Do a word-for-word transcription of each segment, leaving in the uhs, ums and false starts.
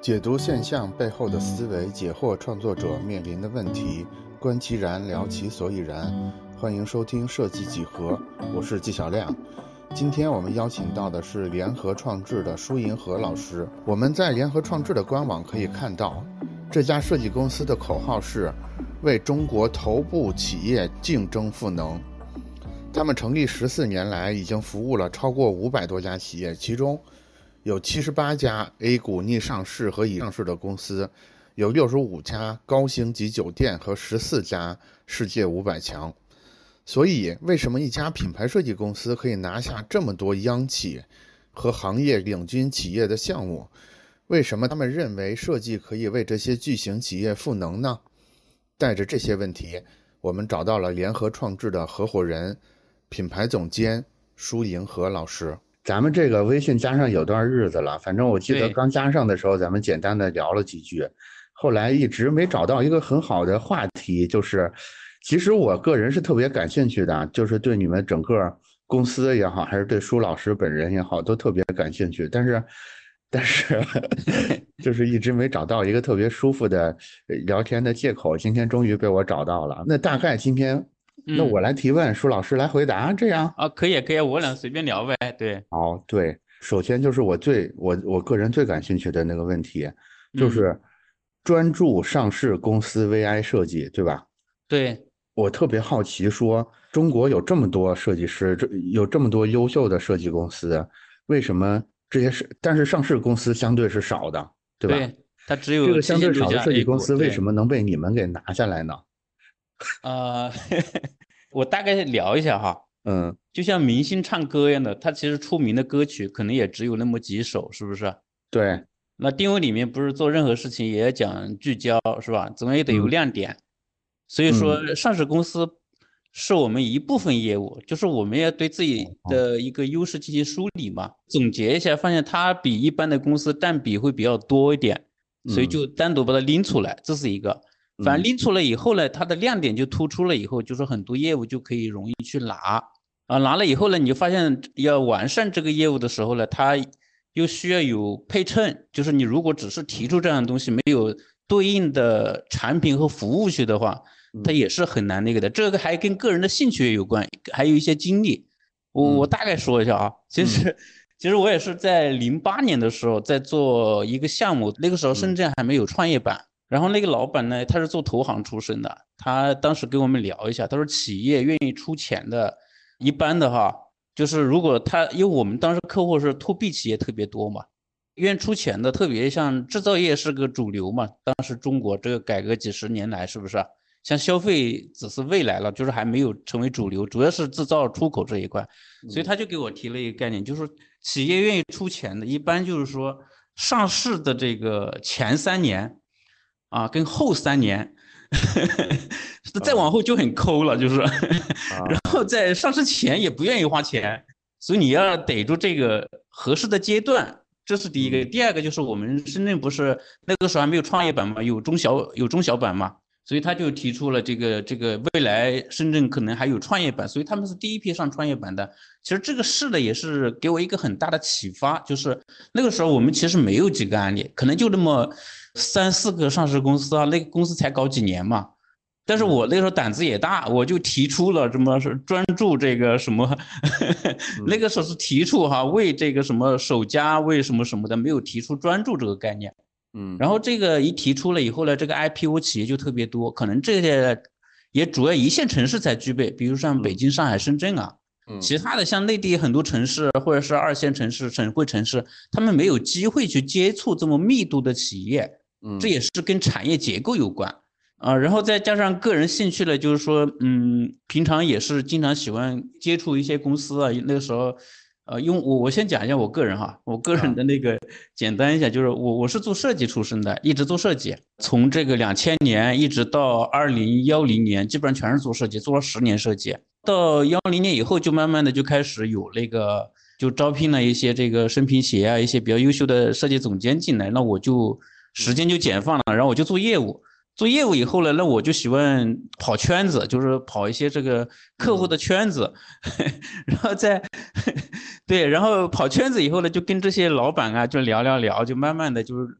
解读现象背后的思维，解惑创作者面临的问题，观其然，聊其所以然。欢迎收听设计几何，我是纪晓亮。今天我们邀请到的是联合创智的舒银河老师。我们在联合创智的官网可以看到，这家设计公司的口号是为中国头部企业竞争赋能。他们成立十四年来，已经服务了超过五百多家企业，其中有七十八家 A 股逆上市和已上市的公司，有六十五家高星级酒店和十四家世界五百强。所以，为什么一家品牌设计公司可以拿下这么多央企和行业领军企业的项目？为什么他们认为设计可以为这些巨型企业赋能呢？带着这些问题，我们找到了联合创智的合伙人、品牌总监舒银河老师。咱们这个微信加上有段日子了，反正我记得刚加上的时候咱们简单的聊了几句，后来一直没找到一个很好的话题，就是其实我个人是特别感兴趣的，就是对你们整个公司也好，还是对舒老师本人也好，都特别感兴趣，但是但是就是一直没找到一个特别舒服的聊天的借口，今天终于被我找到了。那大概今天那我来提问，舒老师来回答，这样啊，可以可以，我俩随便聊呗。对， 好，对，首先就是我最我我个人最感兴趣的那个问题，就是专注上市公司 V I 设计，对吧？ 对， 我特别好奇说，中国有这么多设计师，有这么多优秀的设计公司，为什么这些是？但是上市公司相对是少的，对吧？ 对，它只有这个相对少的设计公司，为什么么能被你们给拿下来呢？ 呃，我大概聊一下哈。 嗯， 就像明星唱歌一样的，他其实出名的歌曲可能也只有那么几首，是不是？ 对。 那定位里面不是做任何事情也要讲聚焦，是吧？总也得有亮点。嗯、所以说，上市公司是我们一部分业务，就是我们要对自己的一个优势进行梳理嘛。总结一下，发现它比一般的公司占比会比较多一点，所以就单独把它拎出来，这是一个。反正拎出来以后呢，它的亮点就突出了以后，就是很多业务就可以容易去拿啊，拿了以后呢，你就发现要完善这个业务的时候呢，它又需要有配衬，就是你如果只是提出这样的东西，没有对应的产品和服务去的话，它也是很难那个的。这个还跟个人的兴趣有关，还有一些经历。我我大概说一下啊，其实、嗯、其实我也是在零八年的时候在做一个项目，那个时候深圳还没有创业板。然后那个老板呢，他是做投行出身的，他当时跟我们聊一下，他说企业愿意出钱的，一般的哈，就是如果他，因为我们当时客户是 to B 企业特别多嘛，愿意出钱的，特别像制造业是个主流嘛，当时中国这个改革几十年来是不是？像消费只是未来了，就是还没有成为主流，主要是制造出口这一块，所以他就给我提了一个概念，就是企业愿意出钱的，一般就是说上市的这个前三年。啊，跟后三年再往后就很抠了，就是、啊、然后在上市前也不愿意花钱，所以你要逮住这个合适的阶段，这是第一个。第二个就是我们深圳不是那个时候还没有创业板嘛，有中小有中小板嘛，所以他就提出了这个这个未来深圳可能还有创业板，所以他们是第一批上创业板的。其实这个事呢也是给我一个很大的启发，就是那个时候我们其实没有几个案例，可能就那么三四个上市公司啊，那个公司才搞几年嘛。但是我那时候胆子也大，我就提出了什么是专注这个什么，呵呵那个时候是提出哈为这个什么首家为什么什么的，没有提出专注这个概念。嗯，然后这个一提出了以后呢，这个 I P O 企业就特别多，可能这些也主要一线城市才具备，比如像北京、上海、深圳啊。其他的像内地很多城市或者是二线城市、省会城市，他们没有机会去接触这么密度的企业，这也是跟产业结构有关啊。然后再加上个人兴趣了，就是说，嗯，平常也是经常喜欢接触一些公司啊。那个时候，呃，因为我我先讲一下我个人哈，我个人的那个简单一下，就是我我是做设计出身的，一直做设计，从这个两千年一直到二零幺零年，基本上全是做设计，做了十年设计。到幺零年以后，就慢慢的就开始有那个，就招聘了一些这个生平协啊，一些比较优秀的设计总监进来，那我就时间就解放了，然后我就做业务。做业务以后呢，那我就喜欢跑圈子，就是跑一些这个客户的圈子，然后再对，然后跑圈子以后呢，就跟这些老板啊就聊聊聊，就慢慢的就是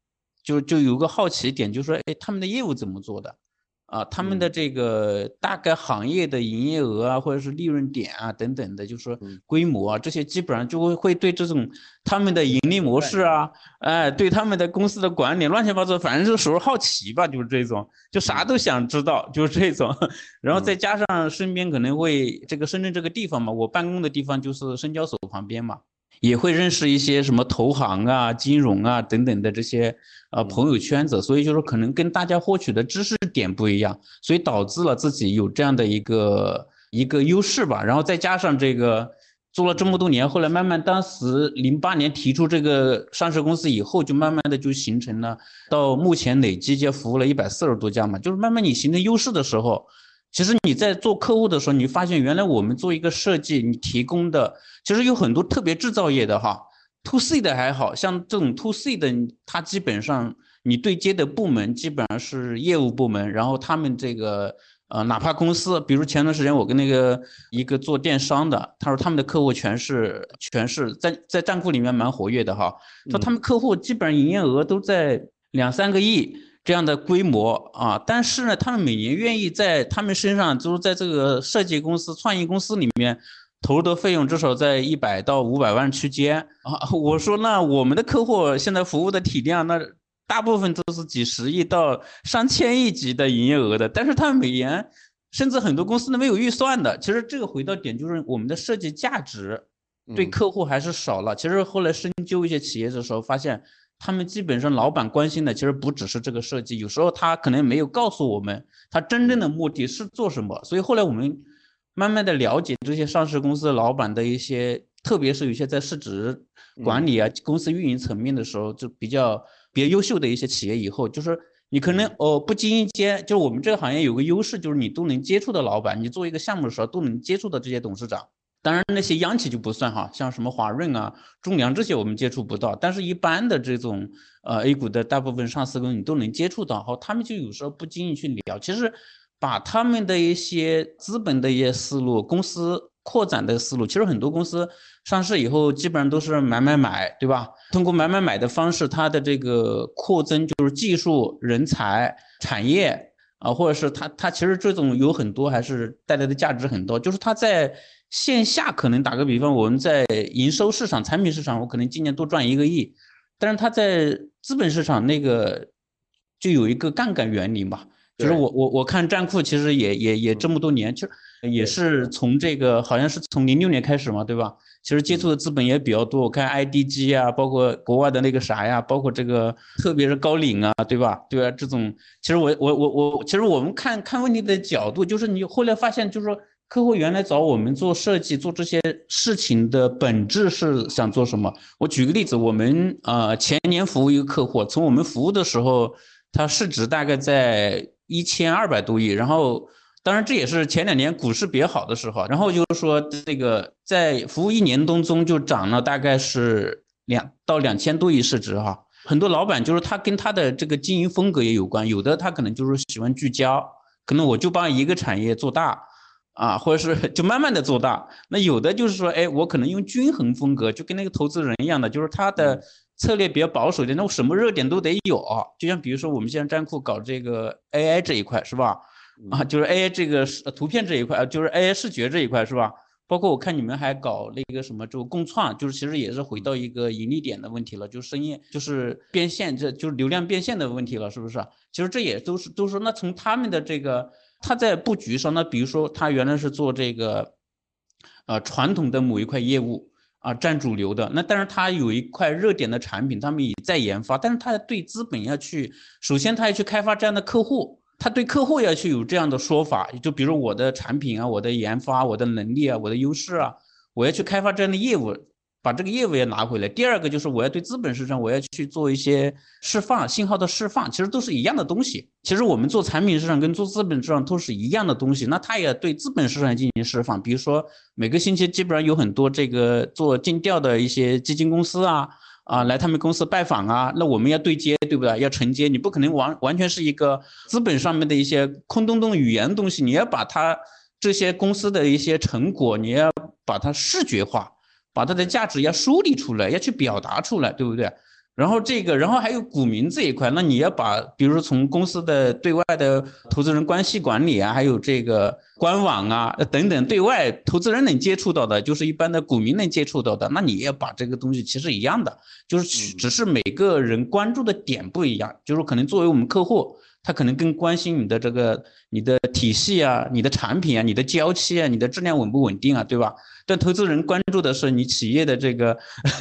就就有个好奇点，就是说，哎，他们的业务怎么做的？啊，他们的这个大概行业的营业额啊，或者是利润点啊等等的，就是说规模啊，这些基本上就会会对这种他们的盈利模式啊，哎，对他们的公司的管理乱七八糟，反正就是属于好奇吧，就是这种，就啥都想知道，就是这种。然后再加上身边可能会这个深圳这个地方嘛，我办公的地方就是深交所旁边嘛。也会认识一些什么投行啊、金融啊等等的这些呃朋友圈子，所以就是可能跟大家获取的知识点不一样，所以导致了自己有这样的一个一个优势吧。然后再加上这个做了这么多年，后来慢慢当时零八年提出这个上市公司以后，就慢慢的就形成了到目前累计就服务了一百四十多家嘛，就是慢慢你形成优势的时候。其实你在做客户的时候，你发现原来我们做一个设计，你提供的其实有很多特别制造业的哈 ，to C 的还好像这种 to C 的，它基本上你对接的部门基本上是业务部门，然后他们这个呃哪怕公司，比如前段时间我跟那个一个做电商的，他说他们的客户全是全是在在站库里面蛮活跃的哈，说他们客户基本上营业额都在两三个亿。这样的规模啊，但是呢，他们每年愿意在他们身上，就是在这个设计公司、创意公司里面投入的费用至少在一百到五百万区间啊。我说，那我们的客户现在服务的体量，那大部分都是几十亿到上千亿级的营业额的，但是他们每年甚至很多公司都没有预算的。其实这个回到点就是我们的设计价值对客户还是少了。其实后来深究一些企业的时候，发现。他们基本上老板关心的其实不只是这个设计，有时候他可能没有告诉我们他真正的目的是做什么，所以后来我们慢慢的了解这些上市公司老板的一些，特别是有些在市值管理啊、公司运营层面的时候，就比较比较优秀的一些企业以后，就是你可能哦不经意间，就是我们这个行业有个优势，就是你都能接触的老板，你做一个项目的时候都能接触的这些董事长。当然，那些央企就不算哈，像什么华润啊、中粮这些我们接触不到，但是一般的这种呃 A 股的大部分上市公司你都能接触到，好，他们就有时候不经意去聊，其实把他们的一些资本的一些思路、公司扩展的思路，其实很多公司上市以后基本上都是买买买，对吧？通过买买买的方式，它的这个扩增就是技术、人才、产业啊，或者是它它其实这种有很多还是带来的价值很多，就是它在。线下可能打个比方，我们在营收市场、产品市场，我可能今年多赚一个亿，但是它在资本市场那个就有一个杠杆原理嘛。就是我我我看站库其实也也也这么多年，其实也是从这个好像是从零六年开始嘛，对吧？其实接触的资本也比较多，我看 I D G 啊，包括国外的那个啥呀，包括这个特别是高瓴啊，对吧？对啊，这种其实我我我我其实我们看看问题的角度，就是你后来发现就是说。客户原来找我们做设计做这些事情的本质是想做什么？我举个例子，我们呃前年服务一个客户，从我们服务的时候，它市值大概在一千二百多亿，然后当然这也是前两年股市比较好的时候，然后就是说这个在服务一年当中就涨了大概是两到两千多亿市值哈。很多老板就是他跟他的这个经营风格也有关，有的他可能就是喜欢聚焦，可能我就帮一个产业做大。啊，或者是就慢慢的做大，那有的就是说，哎，我可能用均衡风格，就跟那个投资人一样的，就是他的策略比较保守一点，那我什么热点都得有啊。就像比如说我们现在站库搞这个 A I 这一块是吧？啊，就是 A I 这个图片这一块，就是 A I 视觉这一块是吧？包括我看你们还搞那个什么，就共创，就是其实也是回到一个盈利点的问题了，就是生意就是变现，这就是流量变现的问题了，是不是？其实这也都是都是那从他们的这个。他在布局上，那比如说他原来是做这个，呃，传统的某一块业务啊，占主流的。那但是他有一块热点的产品，他们也在研发，但是他对资本要去，首先他要去开发这样的客户，他对客户要去有这样的说法，就比如我的产品啊，我的研发，我的能力啊，我的优势啊，我要去开发这样的业务。把这个业务也拿回来。第二个就是我要对资本市场，我要去做一些释放信号的释放，其实都是一样的东西。其实我们做产品市场跟做资本市场都是一样的东西。那它也对资本市场进行释放，比如说每个星期基本上有很多这个做尽调的一些基金公司啊啊来他们公司拜访啊，那我们要对接，对不对？要承接，你不可能完完全是一个资本上面的一些空洞洞语言的东西，你要把它这些公司的一些成果，你要把它视觉化。把它的价值要梳理出来，要去表达出来，对不对？ 然后这个，然后还有股民这一块，那你要把，比如说从公司的对外的投资人关系管理啊，还有这个官网啊等等，对外投资人能接触到的，就是一般的股民能接触到的，那你也要把这个东西其实一样的，就是只是每个人关注的点不一样，就是可能作为我们客户，他可能更关心你的这个你的体系啊、你的产品啊、你的交期啊、你的质量稳不稳定啊，对吧？但投资人关注的是你企业的这个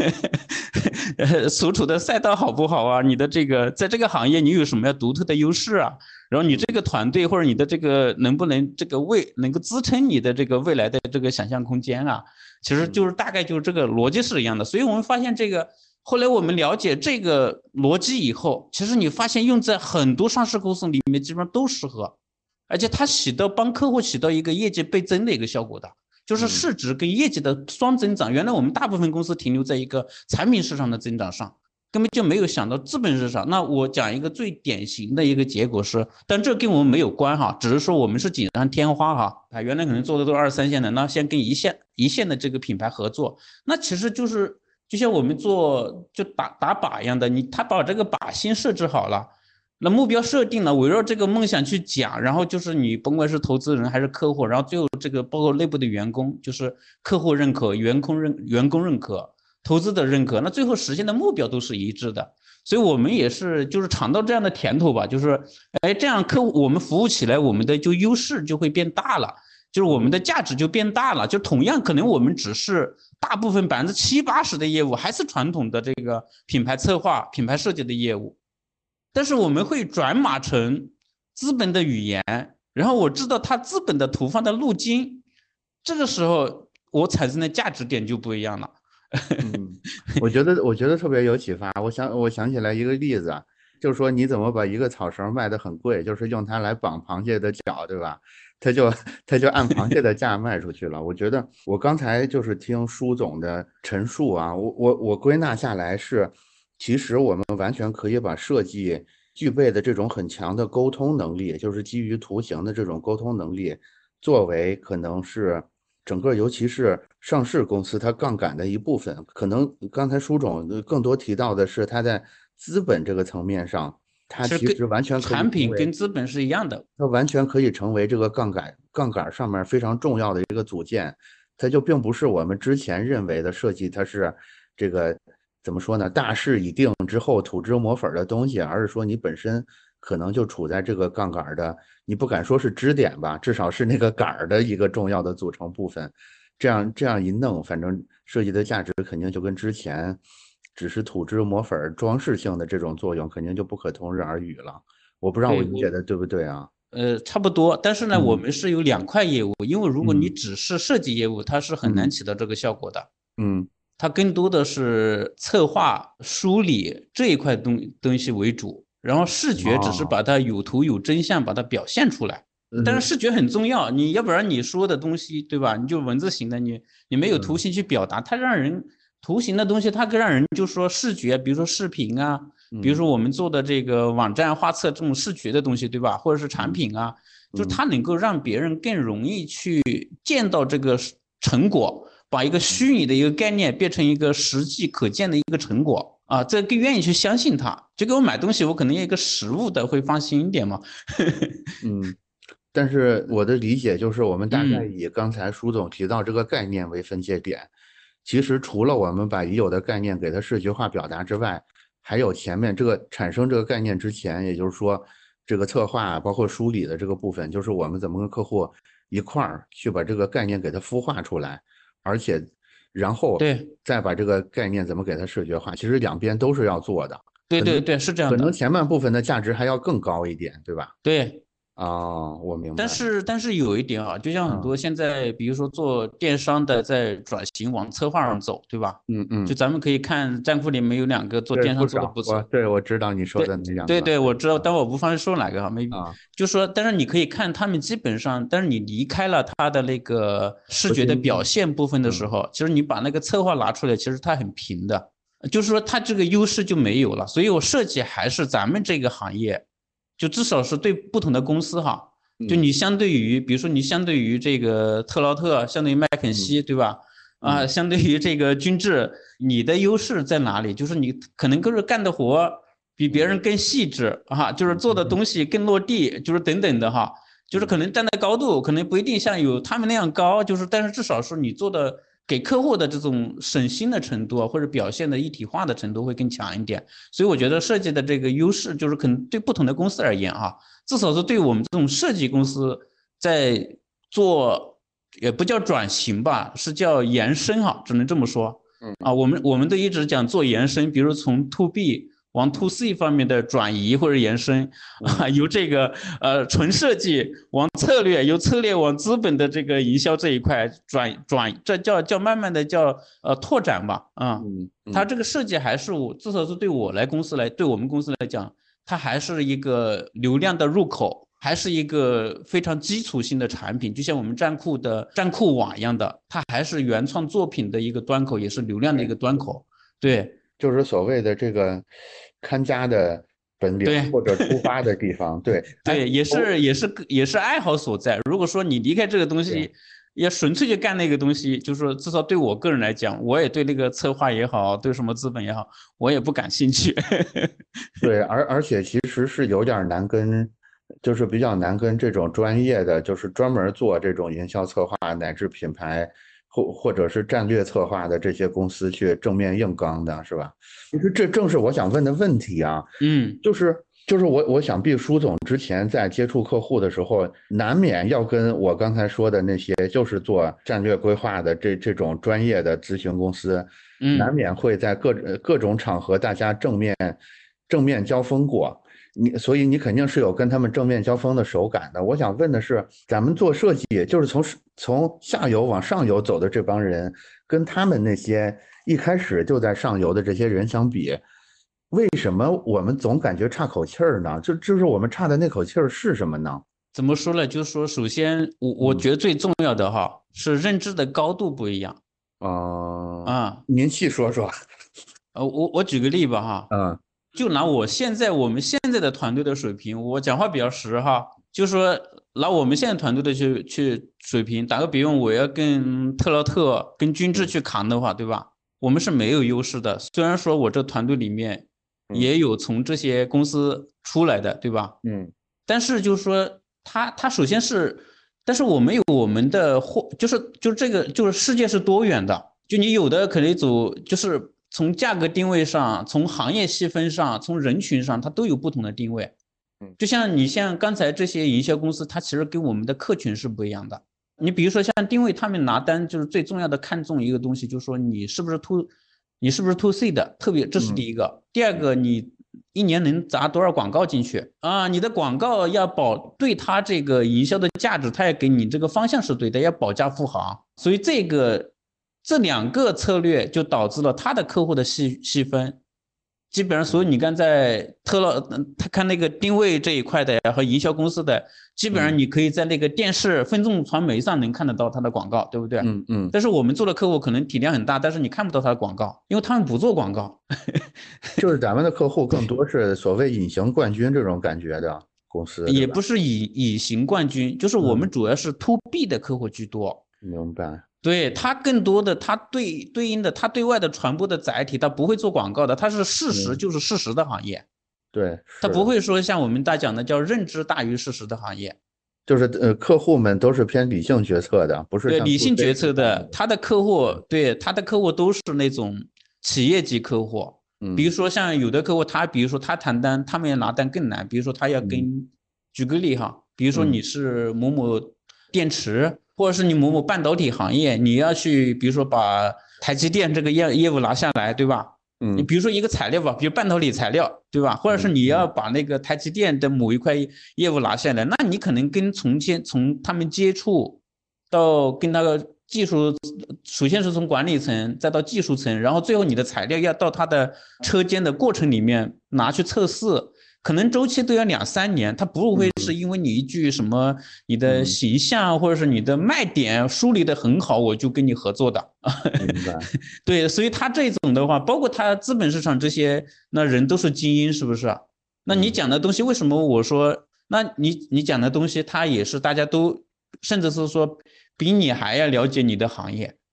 所处的赛道好不好啊？你的这个在这个行业你有什么样独特的优势啊？然后你这个团队或者你的这个能不能这个未能够支撑你的这个未来的这个想象空间啊？其实就是大概就是这个逻辑是一样的。所以我们发现这个后来我们了解这个逻辑以后，其实你发现用在很多上市公司里面基本上都适合，而且它起到帮客户起到一个业绩倍增的一个效果的。就是市值跟业绩的双增长，原来我们大部分公司停留在一个产品市场的增长上，根本就没有想到资本市场。那我讲一个最典型的一个结果是，但这跟我们没有关哈，只是说我们是锦上添花哈。啊，原来可能做的都是二三线的，那先跟一线一线的这个品牌合作，那其实就是就像我们做就打打靶一样的，你他把这个靶先设置好了。那目标设定了，围绕这个梦想去讲，然后就是你甭管是投资人还是客户，然后最后这个包括内部的员工，就是客户认可、员工认、员工认可、投资的认可，那最后实现的目标都是一致的。所以我们也是就是尝到这样的甜头吧，就是哎这样客户我们服务起来，我们的就优势就会变大了，就是我们的价值就变大了。就同样可能我们只是大部分百分之七八十的业务还是传统的这个品牌策划、品牌设计的业务。但是我们会转码成资本的语言，然后我知道它资本的投放的路径，这个时候我产生的价值点就不一样了。 嗯，我觉得我觉得特别有启发。我想我想起来一个例子啊，就是说你怎么把一个草绳卖得很贵，就是用它来绑螃蟹的脚，对吧？它就它就按螃蟹的价卖出去了。我觉得我刚才就是听舒总的陈述啊，我我我归纳下来是。其实我们完全可以把设计具备的这种很强的沟通能力，就是基于图形的这种沟通能力，作为可能是整个尤其是上市公司它杠杆的一部分。可能刚才舒总更多提到的是它在资本这个层面上，它其实完全可以产品跟资本是一样的， 它完全可以成为这个杠杆杠杆上面非常重要的一个组件。它就并不是我们之前认为的设计，它是这个。怎么说呢？大势已定之后土之磨粉的东西，而是说你本身可能就处在这个杠杆的，你不敢说是支点吧，至少是那个杆的一个重要的组成部分。这样这样一弄，反正设计的价值肯定就跟之前只是土之磨粉装饰性的这种作用，肯定就不可同日而语了。我不知道我理解的对不对啊？ 呃，差不多。但是呢，嗯、我们是有两块业务，因为如果你只是设计业务，它是很难起到这个效果的。 嗯。 它更多的是策划、梳理这一块东东西为主，然后视觉只是把它有图有真相把它表现出来。但是视觉很重要，你要不然你说的东西，对吧？你就文字型的，你你没有图形去表达，它让人图形的东西，它更让人就说视觉，比如说视频啊，比如说我们做的这个网站画册这种视觉的东西，对吧？或者是产品啊，就是它能够让别人更容易去见到这个成果。把一个虚拟的一个概念变成一个实际可见的一个成果啊，这更愿意去相信它。就给我买东西，我可能要一个实物的，会放心一点嘛。 嗯，但是我的理解就是，我们大概以刚才舒总提到这个概念为分界点。嗯、其实除了我们把已有的概念给它视觉化表达之外，还有前面这个产生这个概念之前，也就是说这个策划包括梳理的这个部分，就是我们怎么跟客户一块儿去把这个概念给它孵化出来。而且，然后对， 再把这个概念怎么给它视觉化，其实两边都是要做的。 对对对，是这样的。 可能前半部分的价值还要更高一点，对吧？ 对。 哦，我明白。 但是但是有一点啊，就像很多现在，比如说做电商的在转型往策划上走，对吧？ 嗯嗯。 就咱们可以看站库里面有两个做电商做的不错。 对，我知道你说的那两个。 对对，我知道，但我不方便说哪个哈，没。 啊。 就说，但是你可以看他们基本上，但是你离开了他的那个视觉的表现部分的时候，其实你把那个策划拿出来，其实它很平的，就是说它这个优势就没有了。所以我设计还是咱们这个行业，就至少是对不同的公司哈。就你相对于，比如说你相对于这个特劳特，相对于麦肯锡，对吧？ 啊、呃，相对于这个均质，你的优势在哪里？就是你可能就是干的活比别人更细致啊，就是做的东西更落地，就是等等的哈，就是可能站的高度可能不一定像有他们那样高，就是但是至少是你做的给客户的这种省心的程度或者表现的一体化的程度会更强一点。所以我觉得设计的这个优势就是可能对不同的公司而言啊，至少是对我们这种设计公司在做也不叫转型吧，是叫延伸哈，只能这么说。啊，我们我们都一直讲做延伸，比如从 to B 往 to C 方面的转移或者延伸啊，由这个呃纯设计往策略，由策略往资本的这个营销这一块转转，这叫叫慢慢的叫呃拓展吧啊。它这个设计还是我至少是对我来公司来对我们公司来讲，它还是一个流量的入口。还是一个非常基础性的产品，就像我们站酷的站酷网一样的，它还是原创作品的一个端口，也是流量的一个端口。对， 就是所谓的这个看家的本领或者出发的地方。对对， 哎、 也是也是也是爱好所在。如果说你离开这个东西，也纯粹去干那个东西，就是说至少对我个人来讲，我也对那个策划也好，对什么资本也好，我也不感兴趣。 对，而而且其实是有点难跟。就是比较难跟这种专业的，就是专门做这种营销策划乃至品牌或或者是战略策划的这些公司去正面硬刚的，是吧？其实这正是我想问的问题啊。 嗯， 就是就是我我想必舒总之前在接触客户的时候，难免要跟我刚才说的那些就是做战略规划的这这种专业的咨询公司，难免会在各各种场合大家正面正面交锋过。你所以你肯定是有跟他们正面交锋的手感的。我想问的是，咱们做设计，就是从从下游往上游走的这帮人，跟他们那些一开始就在上游的这些人相比，为什么我们总感觉差口气儿呢？就就是我们差的那口气儿是什么呢？ 怎么说呢？就是说，首先我我觉得最重要的哈、嗯、是认知的高度不一样。 哦、 呃、啊， 您细说说。 呃，我我举个例吧哈。 嗯。 就拿我现在我们现在的团队的水平，我讲话比较实哈，就说拿我们现在团队的去去水平，打个比方，我要跟特劳特、跟均质去扛的话，对吧？我们是没有优势的。虽然说我这团队里面也有从这些公司出来的，对吧？ 嗯。 但是就是说，他他首先是，但是我们有我们的货，就是就是这个就是世界是多元的，就你有的可能走就是。从价格定位上，从行业细分上，从人群上，它都有不同的定位。就像你像刚才这些营销公司，它其实跟我们的客群是不一样的。你比如说像定位，他们拿单就是最重要的看重一个东西，就是说你是不是 to， 你是不是 to C 的，特别这是第一个。第二个，你一年能砸多少广告进去啊？你的广告要保对它这个营销的价值，它要给你这个方向是对的，要保驾护航。所以这个。这两个策略就导致了他的客户的细细分，基本上所有你刚在特了，他看那个定位这一块的和营销公司的，基本上你可以在那个电视分众传媒上能看得到他的广告，对不对？ 嗯嗯。 但是我们做的客户可能体量很大，但是你看不到他的广告，因为他们不做广告。 就是咱们的客户更多是所谓隐形冠军这种感觉的公司， 也不是以隐形冠军，就是我们主要是 to B 的客户居多。 嗯、明白。 对，它更多的，它对对应的，它对外的传播的载体，它不会做广告的，它是事实就是事实的行业。 嗯、对， 它不会说像我们大讲的叫认知大于事实的行业。 就是呃，客户们都是偏理性决策的，不是对理性决策的。他的客户，对他的客户都是那种企业级客户。嗯，比如说像有的客户，他比如说他谈单，他们要拿单更难。比如说他要跟，嗯、举个例哈，比如说你是某某电池。或者是你某某半导体行业，你要去，比如说把台积电这个业业务拿下来，对吧？嗯，你比如说一个材料吧，比如半导体材料，对吧？或者是你要把那个台积电的某一块业务拿下来，那你可能跟从前从他们接触到跟那个技术，首先是从管理层再到技术层，然后最后你的材料要到它的车间的过程里面拿去测试。可能周期都要两三年，它不会是因为你一句什么你的形象或者是你的卖点梳理的很好，我就跟你合作的。 明白。 对，所以他这种的话，包括他资本市场这些，那人都是精英，是不是？那你讲的东西，为什么我说，那你你讲的东西，他也是大家都，甚至是说比你还要了解你的行业。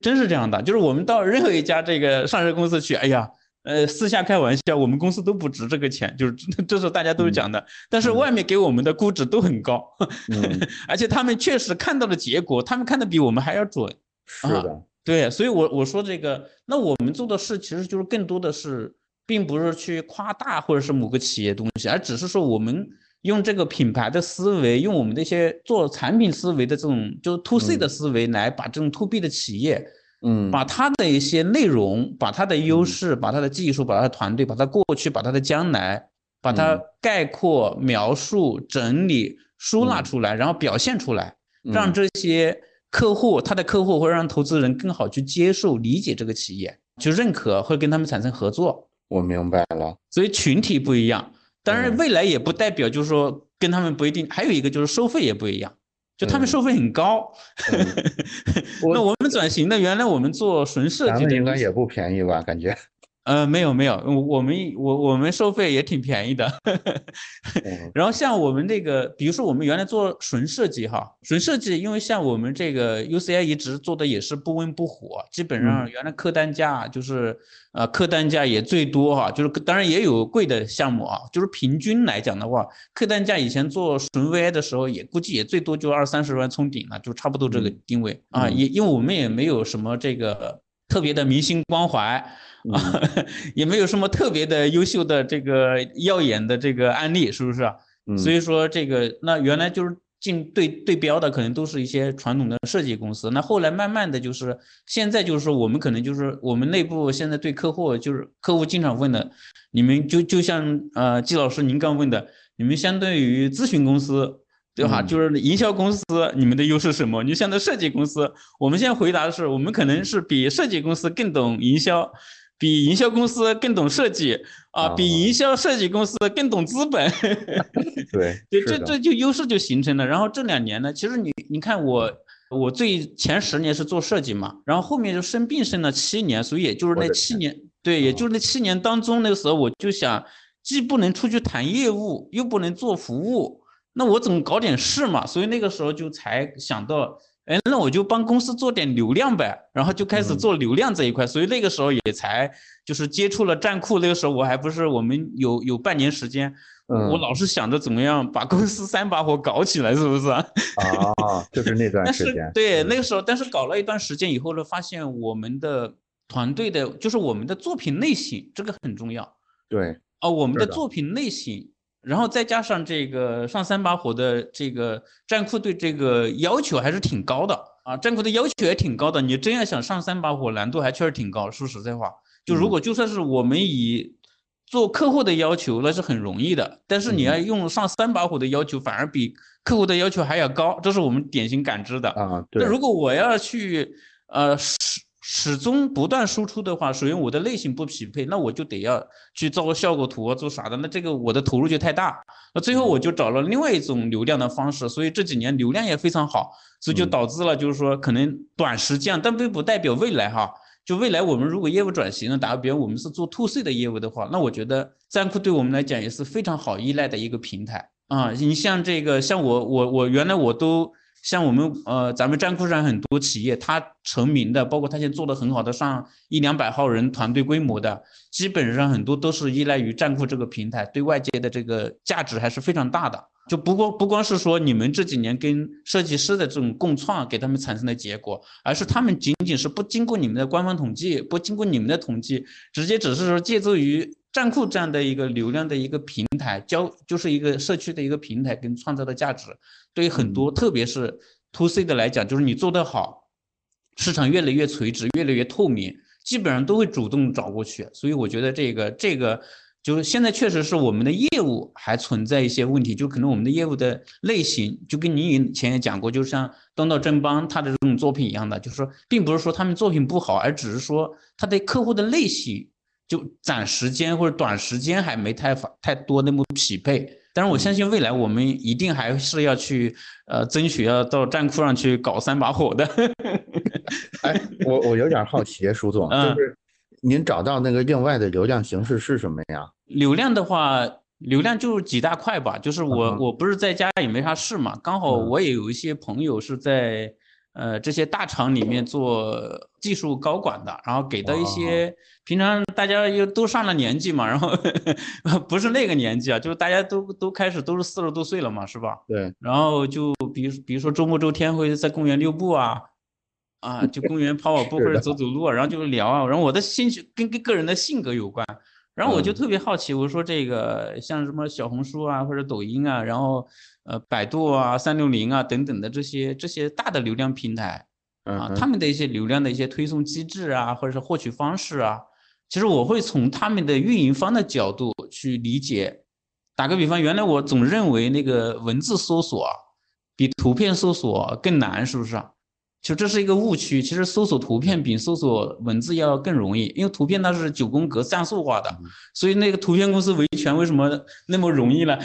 真是这样的。就是我们到任何一家这个上市公司去，哎呀，呃，私下开玩笑，我们公司都不值这个钱，就是这是大家都讲的。嗯、但是外面给我们的估值都很高，嗯、而且他们确实看到的结果，他们看的比我们还要准。 是的，啊、 对，所以我我说这个，那我们做的事其实就是更多的是，并不是去夸大或者是某个企业东西，而只是说我们用这个品牌的思维，用我们的一些做产品思维的这种就是 to C 的思维，来把这种 to B 的企业。嗯，把它的一些内容，把它的优势，嗯、把它的技术，把它的团队，把它过去，把它的将来，把它概括、描述、整理、输纳出来，嗯、然后表现出来，嗯、让这些客户，他的客户会让投资人更好去接受、理解这个企业，去认可，会跟他们产生合作。 我明白了。 所以群体不一样，当然未来也不代表就是说跟他们不一定。还有一个就是收费也不一样。就他们收费很高，嗯、那我们转型的，原来我们做纯设计的， 咱们应该也不便宜吧？感觉， 呃，没有没有，我们我我们收费也挺便宜的。然后像我们这个，比如说我们原来做纯设计哈，纯设计，因为像我们这个 U C I 一直做的也是不温不火，基本上原来客单价就是、嗯、呃客单价也最多哈，就是当然也有贵的项目啊，就是平均来讲的话，客单价以前做纯 V I 的时候也估计也最多就二三十万冲顶了，就差不多这个定位、嗯、啊，也因为我们也没有什么这个特别的明星光环。啊，也没有什么特别的优秀的这个耀眼的这个案例，是不是、啊嗯、所以说这个那原来就是进对对标的可能都是一些传统的设计公司，那后来慢慢的就是现在就是说我们可能就是我们内部现在对客户就是客户经常问的，你们就就像呃季老师您刚问的，你们相对于咨询公司。对吧？嗯、就是营销公司，你们的优势是什么？你像那设计公司，我们现在回答的是，我们可能是比设计公司更懂营销，比营销公司更懂设计啊，比营销设计公司更懂资本。 对， 对，这这就优势就形成了。然后这两年呢，其实你你看我我最前十年是做设计嘛，然后后面就生病生了七年，所以也就是那七年，对，也就是那七年当中，那个时候我就想，既不能出去谈业务，又不能做服务。那我总搞点事嘛，所以那个时候就才想到，哎，那我就帮公司做点流量呗，然后就开始做流量这一块，嗯、所以那个时候也才就是接触了站酷。那个时候我还不是我们有有半年时间，嗯、我老是想着怎么样把公司三把火搞起来，是不是啊？ 啊，就是那段时间。 但是对，那个时候，但是搞了一段时间以后呢，发现我们的团队的，就是我们的作品类型，这个很重要。 对， 哦，我们的作品类型。然后再加上这个上三把火的这个站酷对这个要求还是挺高的啊，站酷的要求也挺高的。你真要想上三把火，难度还确实挺高。说实在话，就如果就算是我们以做客户的要求，那是很容易的。但是你要用上三把火的要求，反而比客户的要求还要高，这是我们典型感知的啊。对。 那如果我要去呃。始终不断输出的话，首先我的类型不匹配，那我就得要去造个效果图啊，做啥的，那这个我的投入就太大。那最后我就找了另外一种流量的方式，所以这几年流量也非常好，所以就导致了就是说可能短时间，但并不代表未来哈。就未来我们如果业务转型了，打个比方，我们是做 to C 的业务的话，那我觉得站酷对我们来讲也是非常好依赖的一个平台啊。你像这个，像我我我原来我都。像我们呃，咱们站酷上很多企业，它成名的，包括它现在做的很好的，上一两百号人团队规模的，基本上很多都是依赖于站酷这个平台，对外界的这个价值还是非常大的。就不光不光是说你们这几年跟设计师的这种共创给他们产生的结果，而是他们仅仅是不经过你们的官方统计，不经过你们的统计，直接只是说借助于站酷这样的一个流量的一个平台，交就是一个社区的一个平台跟创造的价值。对于很多，特别是 to C 的来讲，就是你做得好，市场越来越垂直，越来越透明，基本上都会主动找过去。所以我觉得这个这个就是现在确实是我们的业务还存在一些问题，就可能我们的业务的类型，就跟你以前也讲过，就像东道正邦他的这种作品一样的，就是说，并不是说他们作品不好，而只是说他对客户的类型就暂时间或者短时间还没太太多那么匹配。但是我相信未来我们一定还是要去呃争取要到站酷上去搞三把火的。 哎，我我有点好奇，舒总，就是您找到那个另外的流量形式是什么呀？ 流量的话，流量就是几大块吧，就是我、嗯、我不是在家也没啥事嘛，刚好我也有一些朋友是在呃这些大厂里面做技术高管的，然后给到一些平常大家又都上了年纪嘛，然后不是那个年纪啊，就是大家都都开始都是四十多岁了嘛，是吧？ 对。 然后就比如比如说周末周天会在公园溜步啊。啊，就公园跑跑步或者走走路啊，然后就聊啊，然后我的兴趣跟跟个人的性格有关，然后我就特别好奇，我说这个像什么小红书啊或者抖音啊，然后呃百度啊、三六零啊等等的这些这些大的流量平台啊，他们的一些流量的一些推送机制啊，或者是获取方式啊，其实我会从他们的运营方的角度去理解。打个比方，原来我总认为那个文字搜索比图片搜索更难，是不是啊？其实这是一个误区，其实搜索图片比搜索文字要更容易，因为图片它是九宫格像素化的，所以那个图片公司维权为什么那么容易呢？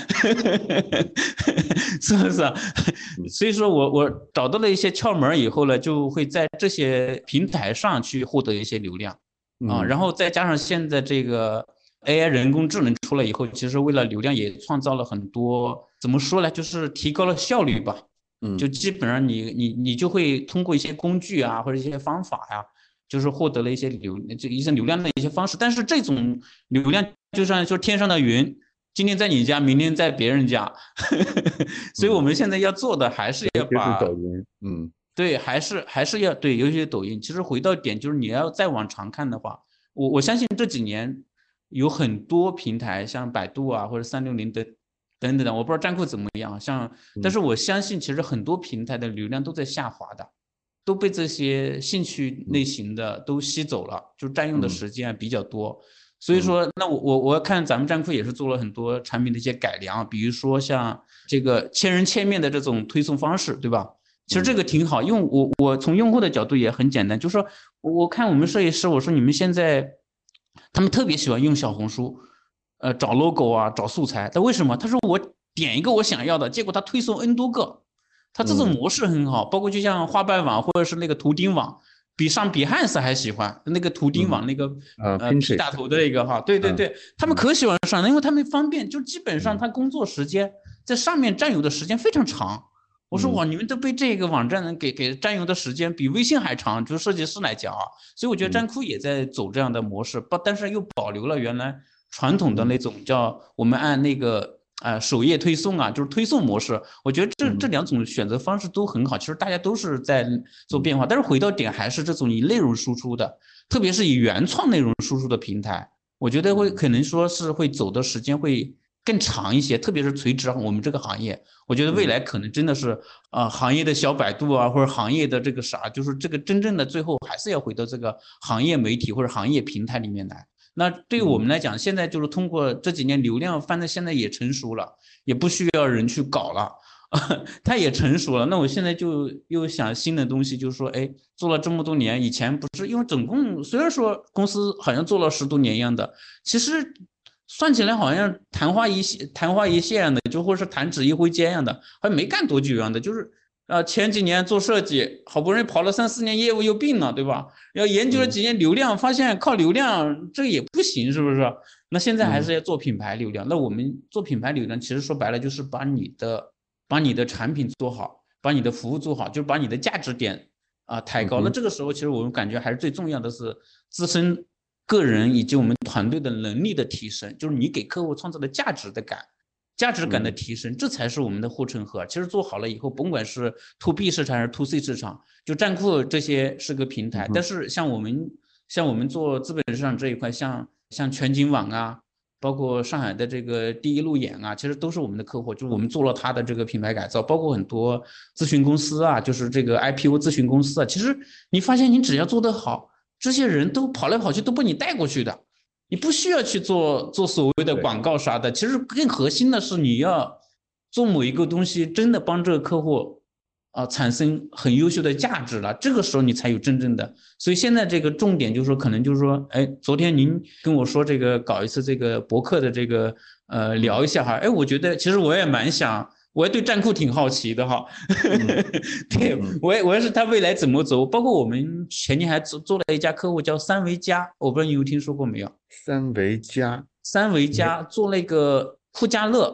是不是啊？所以说我我找到了一些窍门以后呢，就会在这些平台上去获得一些流量啊，然后再加上现在这个 A I 人工智能出来以后，其实为了流量也创造了很多，怎么说呢，就是提高了效率吧。就基本上你你你就会通过一些工具啊或者一些方法呀、啊，就是获得了一些流这一些流量的一些方式。但是这种流量就像说天上的云，今天在你家，明天在别人家，所以我们现在要做的还是要把抖音，嗯， 对，还是还是要对，尤其是抖音。其实回到点就是你要再往长看的话，我我相信这几年有很多平台，像百度啊或者三六零的。等等的，我不知道站酷怎么样，像，但是我相信其实很多平台的流量都在下滑的，都被这些兴趣类型的都吸走了，就占用的时间比较多。所以说，那我我我看咱们站酷也是做了很多产品的一些改良，比如说像这个千人千面的这种推送方式，对吧？其实这个挺好，因为我我从用户的角度也很简单，就是说我看我们设计师，我说你们现在，他们特别喜欢用小红书。呃，找 logo 啊，找素材，他为什么？他说我点一个我想要的，结果他推送 N 多个，他这种模式很好。嗯、包括就像花瓣网或者是那个图钉网，比上比汉斯还喜欢那个图钉网、嗯、那个呃 P 打头的那个哈，对对对，嗯、他们可喜欢上了，因为他们方便，就基本上他工作时间在上面占有的时间非常长。我说哇，你们都被这个网站给给占用的时间比微信还长，就是设计师来讲啊，所以我觉得站酷也在走这样的模式，但是又保留了原来。传统的那种叫我们按那个呃首页推送啊，就是推送模式，我觉得这这两种选择方式都很好。其实大家都是在做变化，但是回到点还是这种以内容输出的，特别是以原创内容输出的平台，我觉得会可能说是会走的时间会更长一些，特别是垂直我们这个行业，我觉得未来可能真的是啊、呃、行业的小百度啊，或者行业的这个啥，就是这个真正的最后还是要回到这个行业媒体或者行业平台里面来。那对于我们来讲，现在就是通过这几年流量，反正现在也成熟了，也不需要人去搞了，它也成熟了。那我现在就又想新的东西，就是说，哎，做了这么多年，以前不是因为总共虽然说公司好像做了十多年一样的，其实算起来好像昙花一现，昙花一现的，就或者是弹指一挥间一样的，好像没干多久一样的，就是。啊，前几年做设计，好不容易跑了三四年业务又病了，对吧？要研究了几年流量，发现靠流量这也不行，是不是？那现在还是要做品牌流量。那我们做品牌流量，其实说白了就是把你的把你的产品做好，把你的服务做好，就是把你的价值点啊抬高。那这个时候，其实我们感觉还是最重要的是自身个人以及我们团队的能力的提升，就是你给客户创造的价值的感。价值感的提升，这才是我们的护城河。其实做好了以后，甭管是 to B 市场还是 to C 市场，就站酷这些是个平台。但是像我们像我们做资本市场这一块，像像全景网啊，包括上海的这个第一路演啊，其实都是我们的客户。就我们做了它的这个品牌改造，包括很多咨询公司啊，就是这个 I P O 咨询公司啊。其实你发现，你只要做得好，这些人都跑来跑去，都被你带过去的。你不需要去做做所谓的广告啥的，其实更核心的是你要做某一个东西，真的帮这个客户啊、呃、产生很优秀的价值了，这个时候你才有真正的。所以现在这个重点就是说，可能就是说，哎，昨天您跟我说这个搞一次这个博客的这个呃聊一下哈，哎，我觉得其实我也蛮想。我也对站酷挺好奇的哈，对我也我也是他未来怎么走，包括我们前年还做做了一家客户叫三维家，我不知道你有听说过没有？ 三维家， 三维家做那个酷家乐，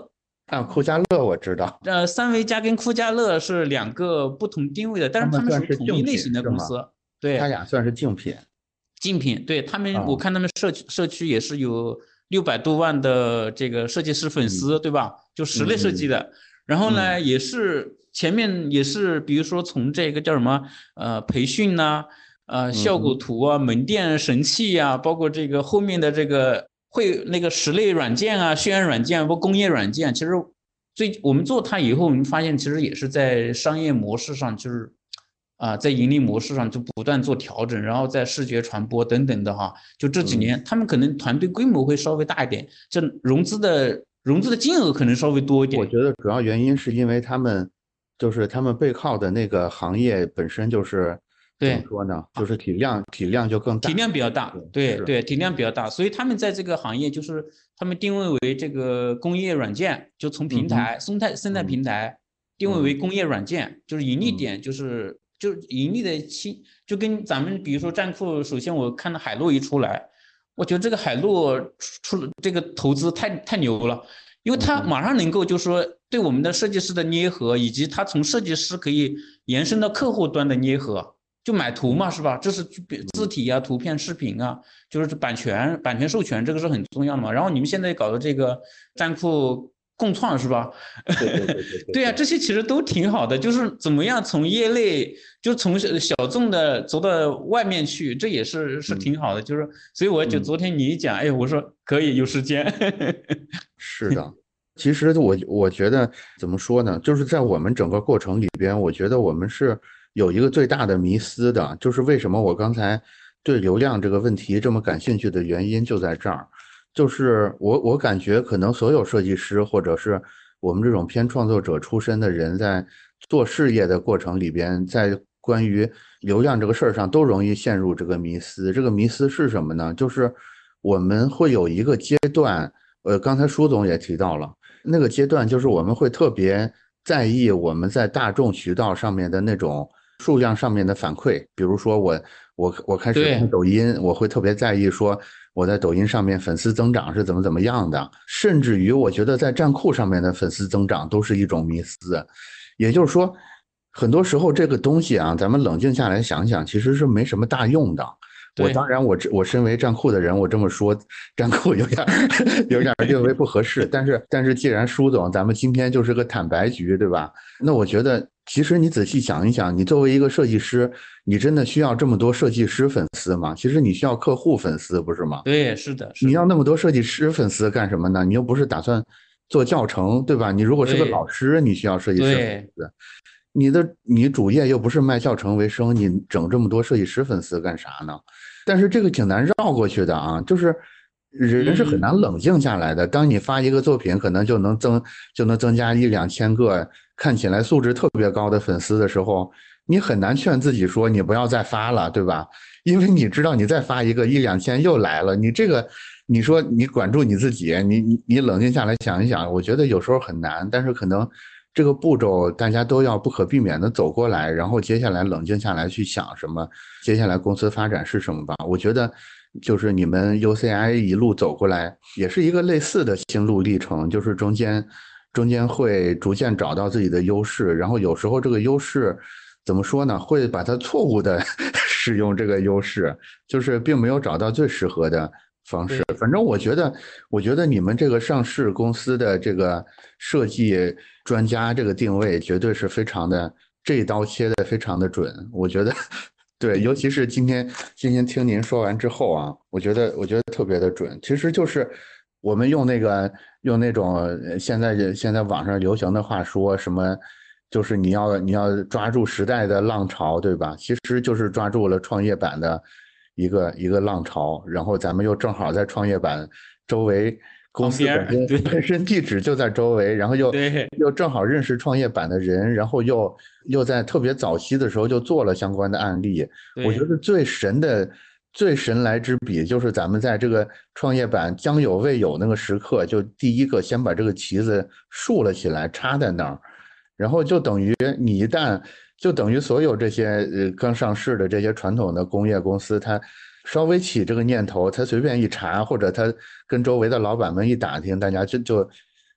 啊，酷家乐我知道， 呃，三维家跟酷家乐是两个不同定位的，但他是他们属们算是于同一类竞品是吗？ 型的公司。对， 他俩算是竞品竞品，对他们，我啊， 看他们社区社区也是有六百多万的这个设计师粉嗯丝，对吧？就室内设计嗯的。然后呢， 嗯也是前面也是，比如说从这个叫什么呃培训呐、呃效果嗯嗯图啊、门店神器啊，包括这个后面的这个会那个室内软件啊、渲染软件，包括工业软件，其实最我们做它以后，我们发现其实也是在商业模式上，就是啊，在盈利模式上就不断做调整，然后在视觉传播等等的哈，就这几嗯， 年他们可能团队规模会稍微大一点，这融资的融资的金额可能稍微多一点。 我觉得主要原因是因为他们就是他们背靠的那个行业本身就是怎么对， 说呢，就是体量体量就更体大， 量比较大， 对，是， 对对，体量比较大，所以他们在这个行业就是他们定位为这个工业软件，就从嗯哼， 平台生态生态嗯平台定位为嗯工业软件，就是盈利嗯点就是就是盈利的期就跟咱们比如说站酷，首先我看到海洛一出来，我觉得这个海洛出出这个投资太太牛了，因为它嗯哼马上能够就是说对我们的设计师的捏合，以及它从设计师可以延伸到客户端的捏合。就买图嘛，是吧？这是字嗯， 体啊、图片、视频啊，就是版权、版权授权，这个是很重要的嘛。然后你们现在搞的这个站酷共创是吧？ 对对对对对对啊， 对， 这些其实都挺好的，就是怎么样从业内就从小众的走到外面去，这也是是嗯挺好的。就是所以我就嗯。 昨天你一讲，哎，我说可以有时间。 是的，其实我我觉得怎么说呢，就是在我们整个过程里边，我觉得我们是有一个最大的迷思的，就是为什么我刚才对流量这个问题这么感兴趣的原因就在这儿，就是我我感觉可能所有设计师或者是我们这种偏创作者出身的人，在做事业的过程里边，在关于流量这个事儿上，都容易陷入这个迷思。这个迷思是什么呢？就是我们会有一个阶段。呃，刚才舒总也提到了，那个阶段就是我们会特别在意我们在大众渠道上面的那种数量上面的反馈，比如说我我我开始看对抖音，我会特别在意说我在抖音上面粉丝增长是怎么怎么样的，甚至于我觉得在站酷上面的粉丝增长都是一种迷思，也就是说，很多时候这个东西啊，咱们冷静下来想想，其实是没什么大用的。我当对然我，我身为站酷的人，我这么说，站酷有点有点略微不合适。但是，但是既然舒总，咱们今天就是个坦白局，对吧？那我觉得，其实你仔细想一想，你作为一个设计师，你真的需要这么多设计师粉丝吗？其实你需要客户粉丝，不是吗？ 对，是的，是的， 你要那么多设计师粉丝干什么呢？你又不是打算做教程，对吧？你如果是个老对师，你需要设计师粉对丝。你的你主业又不是卖教程为生，你整这么多设计师粉丝干啥呢？但是这个挺难绕过去的啊，就是人是很难嗯， 冷静下来的。当你发一个作品，可能就能增就能增加一两千个看起来素质特别高的粉丝的时候，你很难劝自己说你不要再发了，对吧？因为你知道你再发一个一两千又来了，你这个你说你管住你自己，你你你冷静下来想一想，我觉得有时候很难，但是可能。这个步骤大家都要不可避免的走过来，然后接下来冷静下来去想什么，接下来公司发展是什么吧。我觉得就是你们 U C I 一路走过来，也是一个类似的心路历程，就是中间中间会逐渐找到自己的优势，然后有时候这个优势怎么说呢，会把它错误的使用这个优势，就是并没有找到最适合的方式。 对反正我觉得，我觉得你们这个上市公司的这个设计专家这个定位，绝对是非常的这一刀切的非常的准。我觉得，对，尤其是今天今天听您说完之后啊，我觉得我觉得特别的准。其实就是我们用那个用那种现在现在网上流行的话说什么。就是你要你要抓住时代的浪潮，对吧？其实就是抓住了创业板的一个一个浪潮，然后咱们又正好在创业板周围，公司本身对本身地址就在周围，然后又对又正好认识创业板的人，然后又又在特别早期的时候就做了相关的案例。我觉对得最神的。最神来之笔就是咱们在这个创业板将有未有那个时刻，就第一个先把这个旗子竖了起来，插在那儿，然后就等于你一旦就等于所有这些呃刚上市的这些传统的工业公司，它稍微起这个念头，他随便一查，或者他跟周围的老板们一打听，大家就就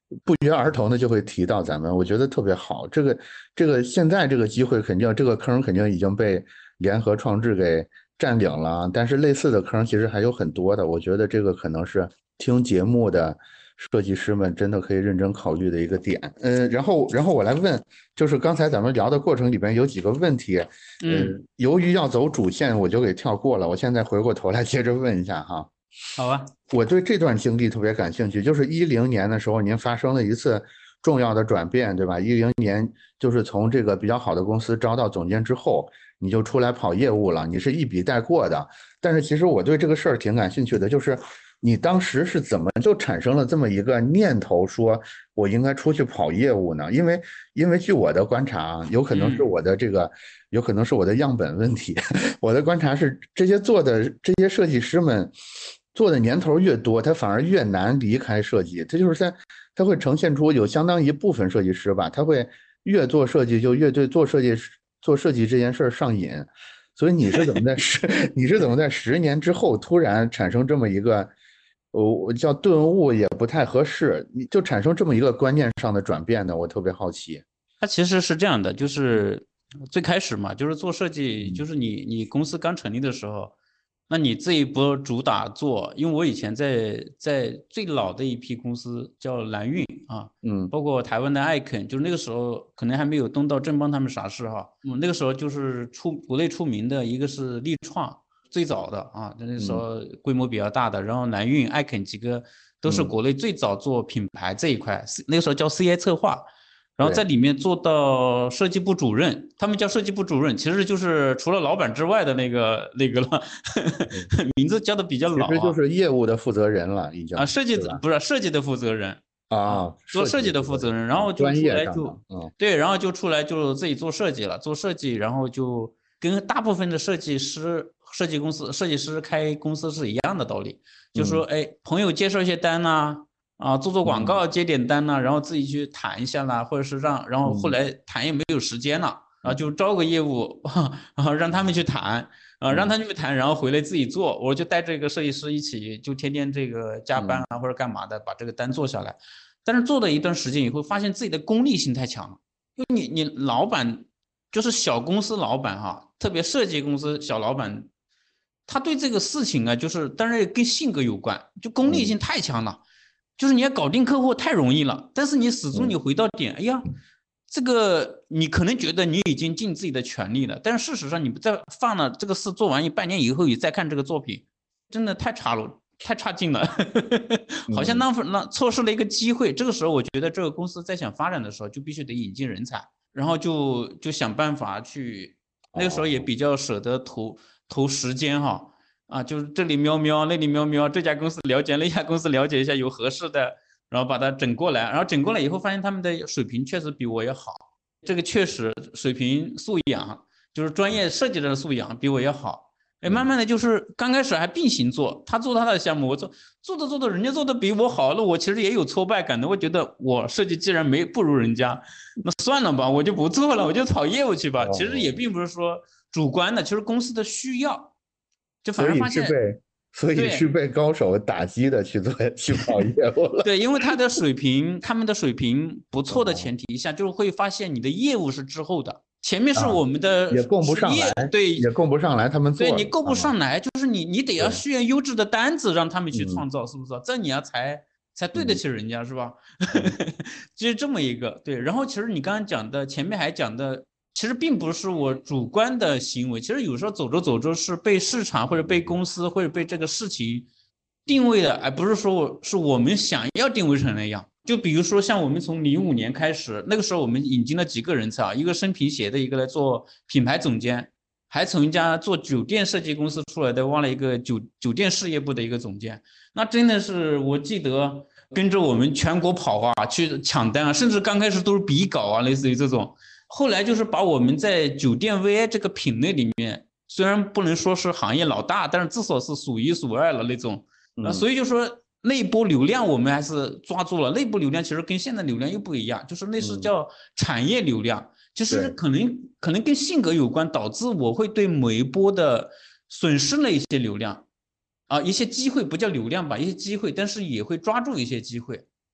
不约而同的就会提到咱们，我觉得特别好。这个这个现在这个机会肯定这个坑肯定已经被联合创智给占领了，但是类似的坑其实还有很多的。我觉得这个可能是听节目的设计师们真的可以认真考虑的一个点。呃，然后然后我来问，就是刚才咱们聊的过程里边有几个问题，呃， 嗯， 由于要走主线，我就给跳过了。我现在回过头来接着问一下哈。 好啊。 我对这段经历特别感兴趣，就是一零年的时候，您发生了一次重要的转变，对吧？一零年就是从这个比较好的公司招到总监之后，你就出来跑业务了，你是一笔带过的。但是其实我对这个事儿挺感兴趣的，就是你当时是怎么就产生了这么一个念头，说我应该出去跑业务呢？因为因为据我的观察啊，有可能是我的这个，有可能是我的样本问题。我的观察是，这些做的这些设计师们。做的年头越多，他反而越难离开设计。这就是在，他会呈现出有相当一部分设计师吧，他会越做设计就越对做设计做设计这件事上瘾。所以你是怎么在十你是怎么在十年之后突然产生这么一个，我我叫顿悟也不太合适，你就产生这么一个观念上的转变呢？我特别好奇。 它其实是这样的，就是最开始嘛，就是做设计，就是你你公司刚成立的时候。那你这一波主打做，因为我以前在在最老的一批公司叫蓝运啊， 嗯， 包括台湾的艾肯，就是那个时候可能还没有东道正邦他们啥事哈，嗯，那个时候就是出国内出名的一个是立创最早的啊，那个时候规模比较大的，然后蓝运、艾肯几个都是国内最早做品牌这一块，那个时候叫 C I 策划。然后在里面做到设计部主任，他们叫设计部主任，其实就是除了老板之外的那个那个了，名字叫的比较老、啊， 其实就是业务的负责人了，已经啊，设计不是设计的负责人啊， 做设计的负责人，然后就出来就， 嗯， 对，然后就出来就自己做设计了，做设计，然后就跟大部分的设计师、设计公司、设计师开公司是一样的道理，就说哎，朋友介绍一些单呐。啊，做做广告接点单呐，然后自己去谈一下啦，或者是让，然后后来谈也没有时间了，然后就招个业务，然后让他们去谈，啊，让他们去谈，然后回来自己做，我就带这个设计师一起，就天天这个加班啊或者干嘛的，把这个单做下来。但是做了一段时间以后，发现自己的功利性太强了，因为你你老板就是小公司老板哈，特别设计公司小老板，他对这个事情啊，就是当然跟性格有关，就功利性太强了。就是你要搞定客户太容易了，但是你始终你回到点，哎呀，这个你可能觉得你已经尽自己的全力了，但是事实上你在放了这个事做完一半年以后，你再看这个作品，真的太差了，太差劲了，好像浪费浪错失了一个机会。这个时候我觉得这个公司在想发展的时候，就必须得引进人才，然后就就想办法去，那个时候也比较舍得投投时间哈。啊，就是这里瞄瞄，那里瞄瞄，这家公司了解，那家公司了解一下，有合适的，然后把它整过来，然后整过来以后，发现他们的水平确实比我也好，这个确实水平素养，就是专业设计的素养比我也好。哎，慢慢的就是刚开始还并行做，他做他的项目，我做做着做着，人家做的比我好，那我其实也有挫败感的，我觉得我设计既然没不如人家，那算了吧，我就不做了，我就跑业务去吧。其实也并不是说主观的，其实公司的需要。就反而发现， 所以是被所以是被高手打击的去做去跑业务了。 对，因为他的水平，他们的水平不错的前提下，就是会发现你的业务是滞后的，前面是我们的也供不上来， 对， 也供不上来，他们做， 对你供不上来，就是你你得要选优质的单子让他们去创造，是不是？这你要才才对得起人家，是吧？就是这么一个对。然后其实你刚刚讲的，前面还讲的。其实并不是我主观的行为，其实有时候走着走着是被市场或者被公司或者被这个事情定位的，而不是说是我们想要定位成那样。就比如说像我们从零五年开始，那个时候我们引进了几个人才啊，一个生平协的，一个来做品牌总监，还从一家做酒店设计公司出来的挖了一个酒酒店事业部的一个总监，那真的是我记得跟着我们全国跑啊，去抢单啊，甚至刚开始都是比稿啊，类似于这种。后来就是把我们在酒店 V I 这个品类里面，虽然不能说是行业老大，但是至少是数一数二了那种。啊，所以就说那波流量我们还是抓住了。内部流量其实跟现在流量又不一样，就是那是叫产业流量，其实可能可能跟性格有关，导致我会对某一波的损失了一些流量，啊，一些机会不叫流量吧，一些机会，但是也会抓住一些机会。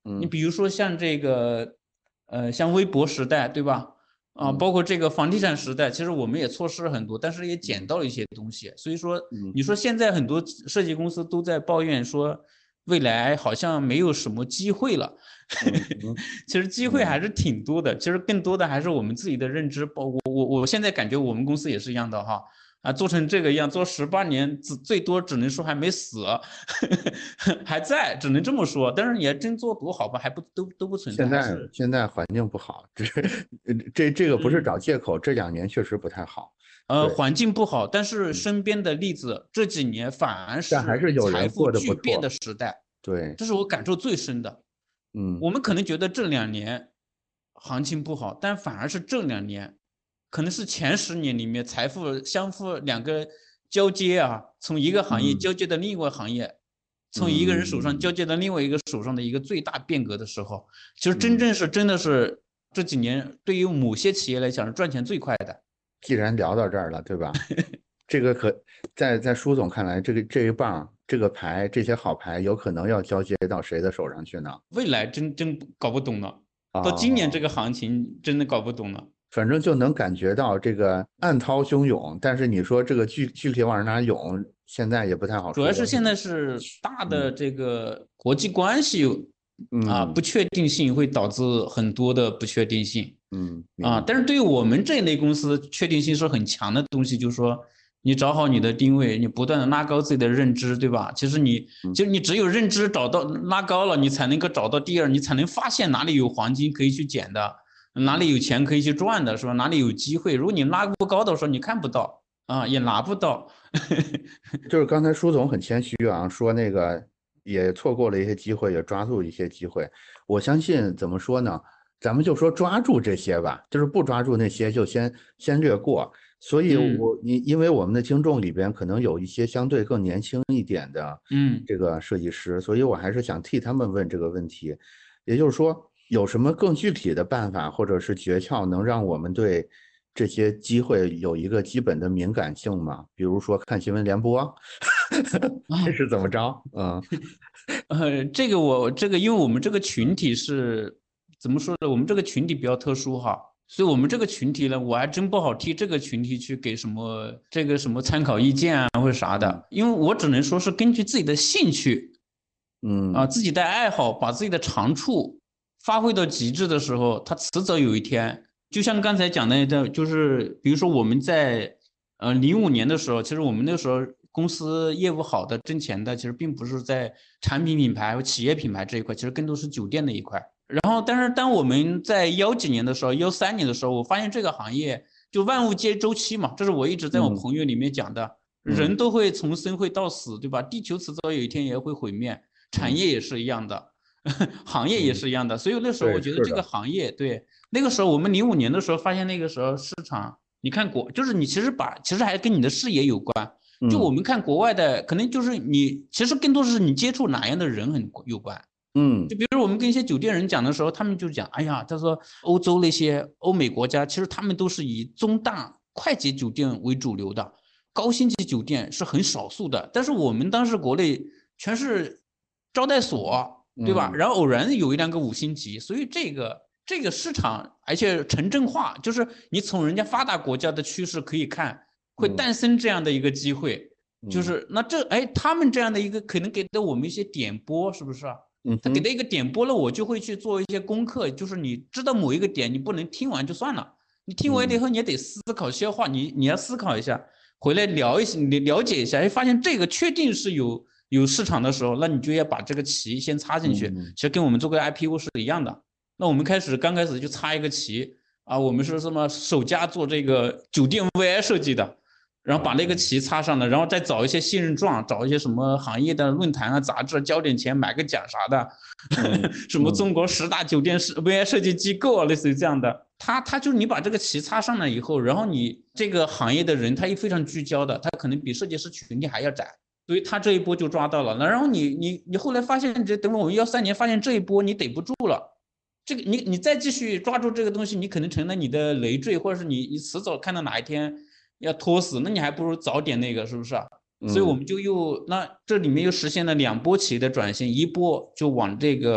你比如说像这个，呃，像微博时代，对吧？啊，包括这个房地产时代，其实我们也错失了很多，但是也捡到了一些东西。所以说，你说现在很多设计公司都在抱怨说，未来好像没有什么机会了。其实机会还是挺多的，其实更多的还是我们自己的认知。包括我，我现在感觉我们公司也是一样的哈。啊，做成这个样，做十八年，最多只能说还没死，还在，只能这么说。但是你要真做多好吧，还不都都不存在。 现在现在环境不好，这这这个不是找借口，嗯、这两年确实不太好。 呃，环境不好，但是身边的例子，嗯、这几年反而是财富巨变的时代。 对， 这是我感受最深的。 嗯， 我们可能觉得这两年行情不好，但反而是这两年。可能是前十年里面财富相互两个交接啊，从一个行业交接到另外行业，嗯、从一个人手上交接到另外一个手上的一个最大变革的时候，其实真正是真的是这几年对于某些企业来讲是赚钱最快的。 既然聊到这儿了，对吧？这个可在在舒总看来，这个这一棒这个牌这些好牌有可能要交接到谁的手上去呢？ 未来真真搞不懂了，到今年这个行情真的搞不懂了。哦， 反正就能感觉到这个暗涛汹涌，但是你说这个具具体往哪涌，现在也不太好说。 主要是现在是大的这个国际关系、嗯、啊不确定性会导致很多的不确定性。 嗯啊，但是对于我们这一类公司，确定性是很强的东西，就是说你找好你的定位，你不断的拉高自己的认知，对吧？其实你就你只有认知找到拉高了，你才能够找到第二，你才能发现哪里有黄金可以去捡的。哪里有钱可以去赚的是吧？哪里有机会？如果你拉不高的时候，你看不到啊，也拿不到。 就是刚才舒总很谦虚啊，说那个也错过了一些机会，也抓住一些机会。我相信怎么说呢？咱们就说抓住这些吧，就是不抓住那些就先先略过。所以我你因为我们的听众里边可能有一些相对更年轻一点的嗯这个设计师，所以我还是想替他们问这个问题，也就是说。有什么更具体的办法或者是诀窍，能让我们对这些机会有一个基本的敏感性吗？比如说看新闻联播，这是怎么着？嗯， 呃，这个我这个，因为我们这个群体是怎么说呢？我们这个群体比较特殊哈，所以我们这个群体呢，我还真不好替这个群体去给什么这个什么参考意见啊或者啥的，因为我只能说是根据自己的兴趣， 嗯啊，自己的爱好，把自己的长处。发挥到极致的时候，它迟早有一天，就像刚才讲的，就是比如说我们在呃零五年的时候，其实我们那时候公司业务好的、挣钱的，其实并不是在产品品牌和企业品牌这一块，其实更多是酒店的一块。然后，但是当我们在幺几年的时候，幺三年的时候，我发现这个行业就万物皆周期嘛，这是我一直在我朋友里面讲的，嗯、人都会从生会到死，对吧？地球迟早有一天也会毁灭，产业也是一样的。行业也是一样的，所以那时候我觉得这个行业，对, 对那个时候我们零五年的时候发现那个时候市场，你看国就是你其实把其实还跟你的视野有关，就我们看国外的，可能就是你其实更多是你接触哪样的人很有关，嗯，就比如我们跟一些酒店人讲的时候，他们就讲，哎呀，他说欧洲那些欧美国家，其实他们都是以中大快捷酒店为主流的，高星级酒店是很少数的，但是我们当时国内全是招待所。对吧？然后偶然有一两个五星级，所以这个这个市场，而且城镇化，就是你从人家发达国家的趋势可以看，会诞生这样的一个机会，嗯、就是那这哎，他们这样的一个可能给到我们一些点拨，是不是啊？嗯，他给的一个点拨了，我就会去做一些功课，就是你知道某一个点，你不能听完就算了，你听完了以后你也得思考消化，你你要思考一下，回来聊一下，你了解一下，哎，发现这个确定是有。有市场的时候，那你就要把这个旗先插进去，其实跟我们做个 I P O 是一样的。那我们开始刚开始就插一个旗啊，我们是什么首家做这个酒店 V I 设计的，然后把那个旗插上了，然后再找一些信任状，找一些什么行业的论坛啊、杂志，交点钱买个奖啥的，嗯、什么中国十大酒店 V I 设计机构啊，类似于这样的。他他就是你把这个旗插上了以后，然后你这个行业的人他也非常聚焦的，他可能比设计师群体还要窄。所以他这一波就抓到了，然后你你你后来发现，这等我们幺三年发现这一波你逮不住了，这个你你再继续抓住这个东西，你可能成了你的累赘，或者是你你迟早看到哪一天要拖死，那你还不如早点那个，是不是啊？嗯、所以我们就又那这里面又实现了两波企业的转型，一波就往这个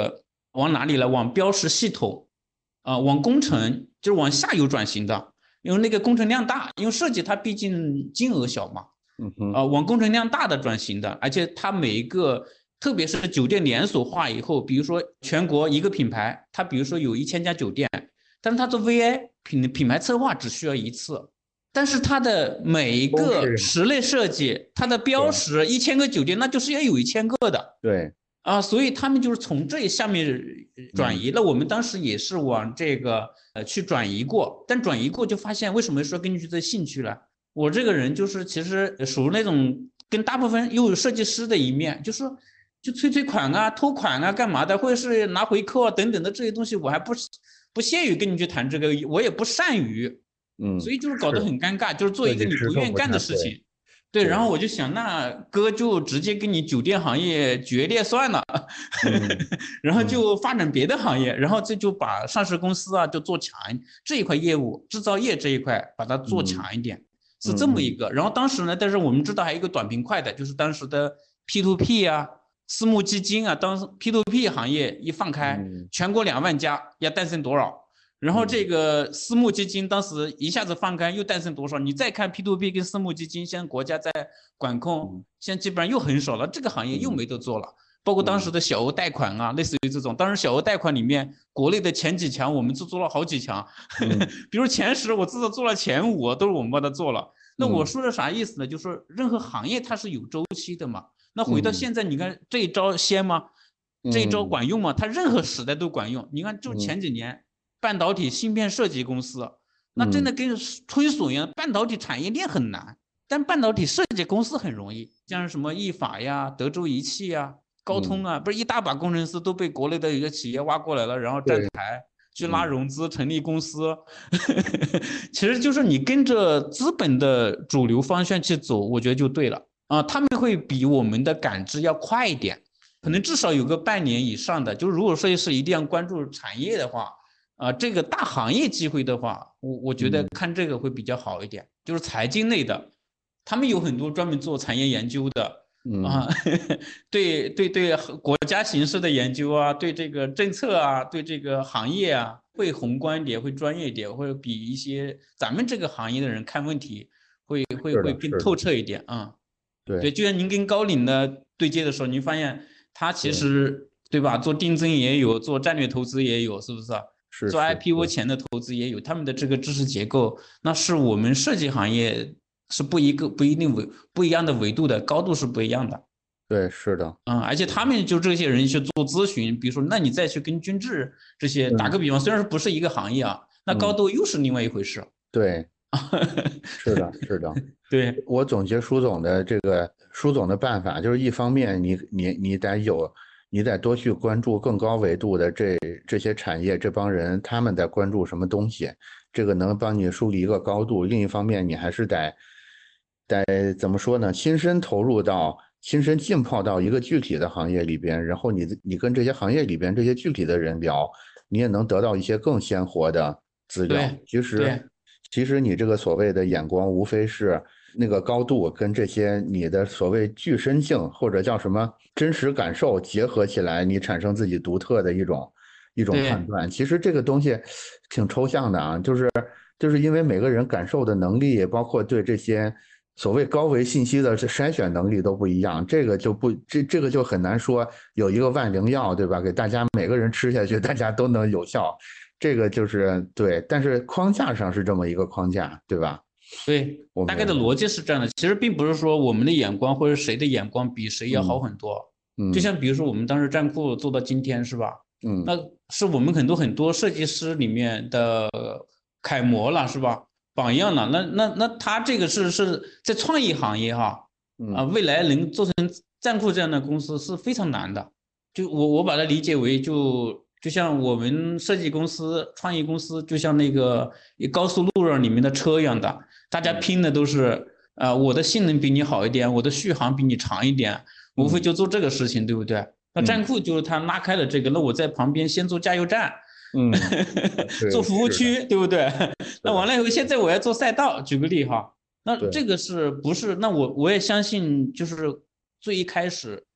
往哪里了？往标识系统啊、呃，往工程，就是往下游转型的，因为那个工程量大，因为设计它毕竟金额小嘛， 嗯哼， 啊、呃，往工程量大的转型的，而且它每一个，特别是酒店连锁化以后，比如说全国一个品牌，它比如说有一千家酒店，但是它做 V I 品品牌策划只需要一次。但是它的每一个室内设计，它的标识一千个酒店，那就是要有一千个的。 对啊，所以他们就是从这下面转移了。我们当时也是往这个呃去转移过，但转移过就发现，为什么说根据这兴趣了？我这个人就是其实属于那种跟大部分又有设计师的一面，就是就催催款啊、偷款啊、干嘛的，或者是拿回扣啊等等的这些东西，我还不不屑于跟你去谈这个，我也不善于。 嗯， 所以就是搞得很尴尬，就是做一个你不愿意干的事情。对，然后我就想，那哥就直接跟你酒店行业决裂算了，嗯、然后就发展别的行业，然后这就把上市公司啊就做强这一块业务，制造业这一块把它做强一点，嗯、是这么一个。然后当时呢，但是我们知道还有一个短平快的，就是当时的 P to P 啊、私募基金啊，当时 P to P 行业一放开，嗯、全国两万家要诞生多少？然后这个私募基金当时一下子放开，又诞生多少？你再看 P to P 跟私募基金，现在国家在管控，现在基本上又很少了，这个行业又没得做了。包括当时的小额贷款啊，类似于这种，当时小额贷款里面，国内的前几强，我们就做了好几强，比如前十，我至少做了前五，都是我们帮他做了。那我说的啥意思呢？就是任何行业它是有周期的嘛。那回到现在，你看这一招先吗？这一招管用吗？它任何时代都管用。你看，就前几年。半导体芯片设计公司，那真的跟吹水一样。半导体产业链很难，但半导体设计公司很容易，像什么意法呀、德州仪器呀、高通啊，不是一大把工程师都被国内的一个企业挖过来了，然后站台去拉融资、成立公司。其实就是你跟着资本的主流方向去走，我觉得就对了啊。他们会比我们的感知要快一点，可能至少有个半年以上的。就如果设计师一定要关注产业的话。啊、呃，这个大行业机会的话，我我觉得看这个会比较好一点。嗯、就是财经类的，他们有很多专门做产业研究的，嗯、啊，对对对，国家形势的研究啊，对这个政策啊，对这个行业啊，会宏观一点，会专业一点，或者比一些咱们这个行业的人看问题会会会更透彻一点啊。 对对，就像您跟高瓴的对接的时候，您发现他其实 对, 对吧，做定增也有，做战略投资也有，是不是？ 是做 I P O 前的投资也有，他们的这个知识结构，那是我们设计行业是不一个不一定维不一样的维度的，高度是不一样的。 对，是的， 嗯，而且他们就这些人去做咨询，比如说，那你再去跟君智这些打个比方，虽然不是一个行业啊，那高度又是另外一回事。 对，是的，是的。 对， 我总结舒总的这个舒总的办法，就是一方面你你你得有。你得多去关注更高维度的这这些产业，这帮人他们在关注什么东西，这个能帮你树立一个高度。另一方面，你还是得得怎么说呢？亲身投入到、亲身浸泡到一个具体的行业里边，然后你你跟这些行业里边这些具体的人聊，你也能得到一些更鲜活的资料。其实，其实你这个所谓的眼光，无非是那个高度跟这些你的所谓具身性或者叫什么真实感受结合起来，你产生自己独特的一种一种判断。其实这个东西挺抽象的啊，就是就是因为每个人感受的能力，包括对这些所谓高维信息的筛选能力都不一样，这个就不这这个就很难说有一个万灵药，对吧？给大家每个人吃下去，大家都能有效。这个就是对，但是框架上是这么一个框架，对吧？ 对，大概的逻辑是这样的。其实并不是说我们的眼光或者谁的眼光比谁要好很多。嗯，就像比如说我们当时站酷做到今天，是吧？嗯，那是我们很多很多设计师里面的楷模了，是吧？榜样了。那那那他这个是是在创意行业哈，啊，未来能做成站酷这样的公司是非常难的。就我我把它理解为就。就像我们设计公司、创意公司，就像那个高速路上里面的车一样的，大家拼的都是，呃，我的性能比你好一点，我的续航比你长一点，无非就做这个事情，对不对？那站酷就是他拉开了这个，那我在旁边先做加油站，嗯，做服务区，对不对？那完了以后，现在我要做赛道，举个例哈，那这个是不是？那我我也相信，就是最一开始。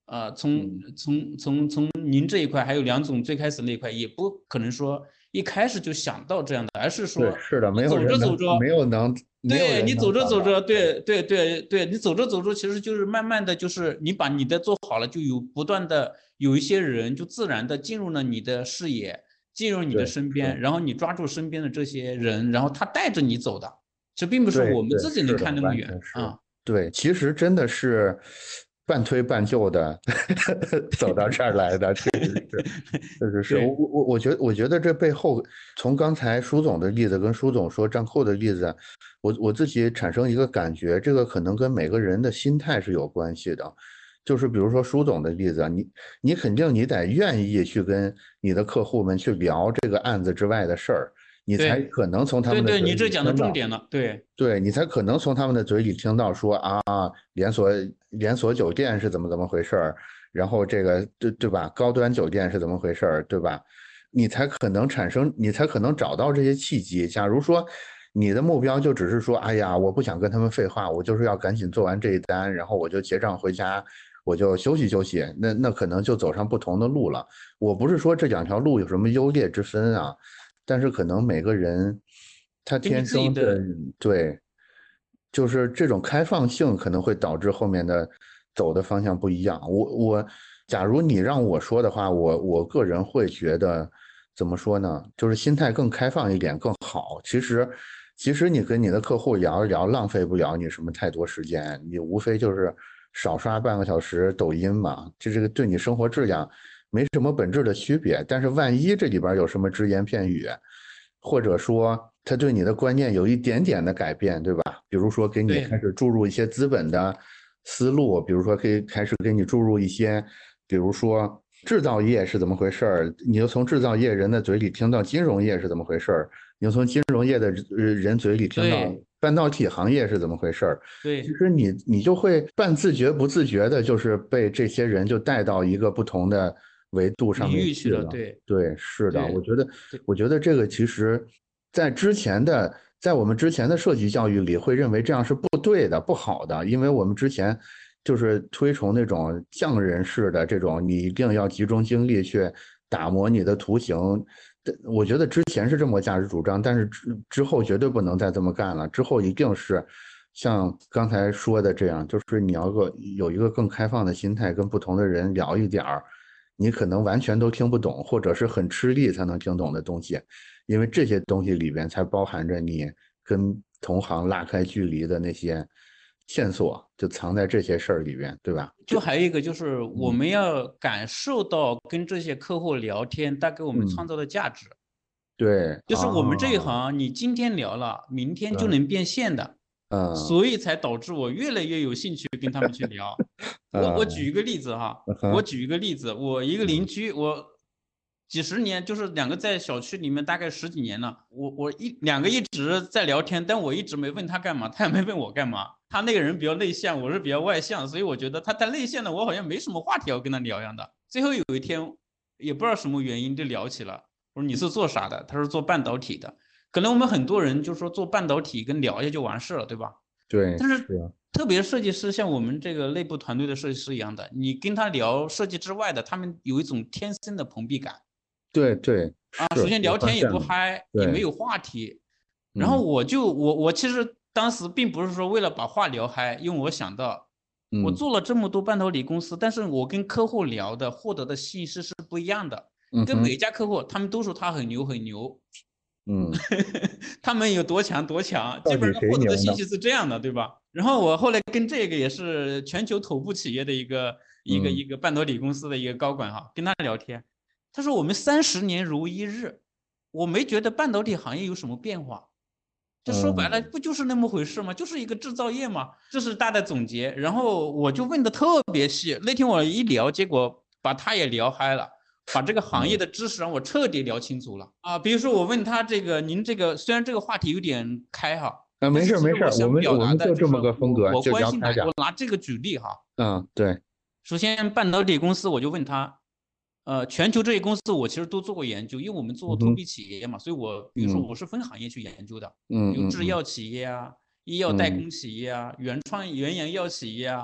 呃，从从从从您这一块，还有梁总最开始那一块，也不可能说一开始就想到这样的，而是对， 说是的，没你走有人能， 着走着， 没有能，没有对你人能走着走着， 想到。 对对对对，你走着走着，其实就是慢慢的就是你把你的做好了，就有不断的有一些人就自然的进入了你的视野，进入你的对，是， 身边，然后你抓住身边的这些人，然后他带着你走的，这并不是对对， 我们自己能是的， 看那么完远啊。 全是。对，其实真的是半推半就的走到这儿来的，确实是，确实是我对我我我觉得我觉得这背后，从刚才舒总的例子跟舒总说账扣的例子，我我自己产生一个感觉，这个可能跟每个人的心态是有关系的。就是比如说舒总的例子，你你肯定你得愿意去跟你的客户们去聊这个案子之外的事儿，你才对可能从他对对， 们的嘴你这讲的里听到。 重点了，对对，你才可能从他们的嘴里听到说啊，连锁连锁酒店是怎么怎么回事儿，然后这个对对吧？高端酒店是怎么回事儿，对吧？你才可能产生，你才可能找到这些契机。假如说你的目标就只是说，哎呀，我不想跟他们废话，我就是要赶紧做完这一单，然后我就结账回家，我就休息休息，那那可能就走上不同的路了。我不是说这两条路有什么优劣之分啊，但是可能每个人他根据天生的自己的对，就是这种开放性可能会导致后面的走的方向不一样。我我，假如你让我说的话，我我个人会觉得怎么说呢？就是心态更开放一点更好。其实其实你跟你的客户聊一聊，浪费不了你什么太多时间，你无非就是少刷半个小时抖音嘛，这这个对你生活质量没什么本质的区别。但是万一这里边有什么只言片语，或者说他对你的观念有一点点的改变，对吧？比如说给你开对始注入一些资本的思路，比如说可以开始给你注入一些，比如说制造业是怎么回事儿，你就从制造业人的嘴里听到金融业是怎么回事儿，你就从金融业的人嘴里听到对半导体行业是怎么回事儿。其对实你你就会半自觉不自觉的，就是被这些人就带到一个不同的维度上领域去了， 面去了。 对对，是的，我对觉得， 对我觉得这个其实，在之前的，在我们之前的设计教育里，会认为这样是不对的、不好的，因为我们之前就是推崇那种匠人式的这种，你一定要集中精力去打磨你的图形。我觉得之前是这么价值主张，但是之之后绝对不能再这么干了，之后一定是像刚才说的这样，就是你要个有一个更开放的心态，跟不同的人聊一点儿。你可能完全都听不懂，或者是很吃力才能听懂的东西，因为这些东西里边才包含着你跟同行拉开距离的那些线索，就藏在这些事儿里边，对吧？ 就还有一个就是我嗯们要感受到跟这些客户聊天带给我们创嗯， 造的价值， 对就是我们这一啊， 行，你今天聊了，明天就嗯能变现的， 嗯所以才导致我越来越有兴趣跟他们去聊。我我举嗯一个例子哈， 嗯哼我举一个例子，我一个邻嗯居，我几十年就是两个在小区里面大概十几年了，我我一两个一直在聊天，但我一直没问他干嘛，他也没问我干嘛。他那个人比较内向，我是比较外向，所以我觉得他太内向了，我好像没什么话题要跟他聊一样的。最后有一天，也不知道什么原因就聊起了。我说你是做啥的？他说做半导体的。可能我们很多人就说做半导体跟聊一下就完事了，对吧？ 对但是是， 特别设计师像我们这个内部团队的设计师一样的，你跟他聊设计之外的，他们有一种天生的蓬荜感对对啊。 是， 首先我聊天也不发现了， 嗨，也没对， 有话题。然后嗯我就我我其实当时并不是说为了把话聊嗨，因为我想到我嗯做了这么多半导体公司，但是我跟客户聊的获得的信息是不一样的。跟每一嗯哼家客户，他们都说他很牛很牛， 嗯， 他们有多强多强，基到底本上谁牛呢？ 获得的信息是这样的，对吧？然后我后来跟这个也是全球头部企业的一个一个嗯一个半导体公司的一个高管哈，跟他聊天，他说我们三十年如一日，我没觉得半导体行业有什么变化。这说白了嗯不就是那么回事吗？就是一个制造业嘛，这是大的总结。然后我就问的特别细，那天我一聊，结果把他也聊嗨了，把这个行业嗯的知识让我彻底聊清楚了啊。比如说我问他这个，您这个虽然这个话题有点开哈， 啊， 但没是其实我事儿没事儿，我们我想表达们就这么的就是个风格， 我我就关心哪， 聊开点儿。 我拿这个举例哈。 嗯，对， 首先半导体公司我就问他，呃，全球这些公司我其实都做过研究，因为我们做嗯 to 哼， B 企业嘛，所以我比如说嗯我是分行业去研究的， 嗯嗯嗯比如制药企业啊、医药代嗯工企业啊、原创原研药企业啊，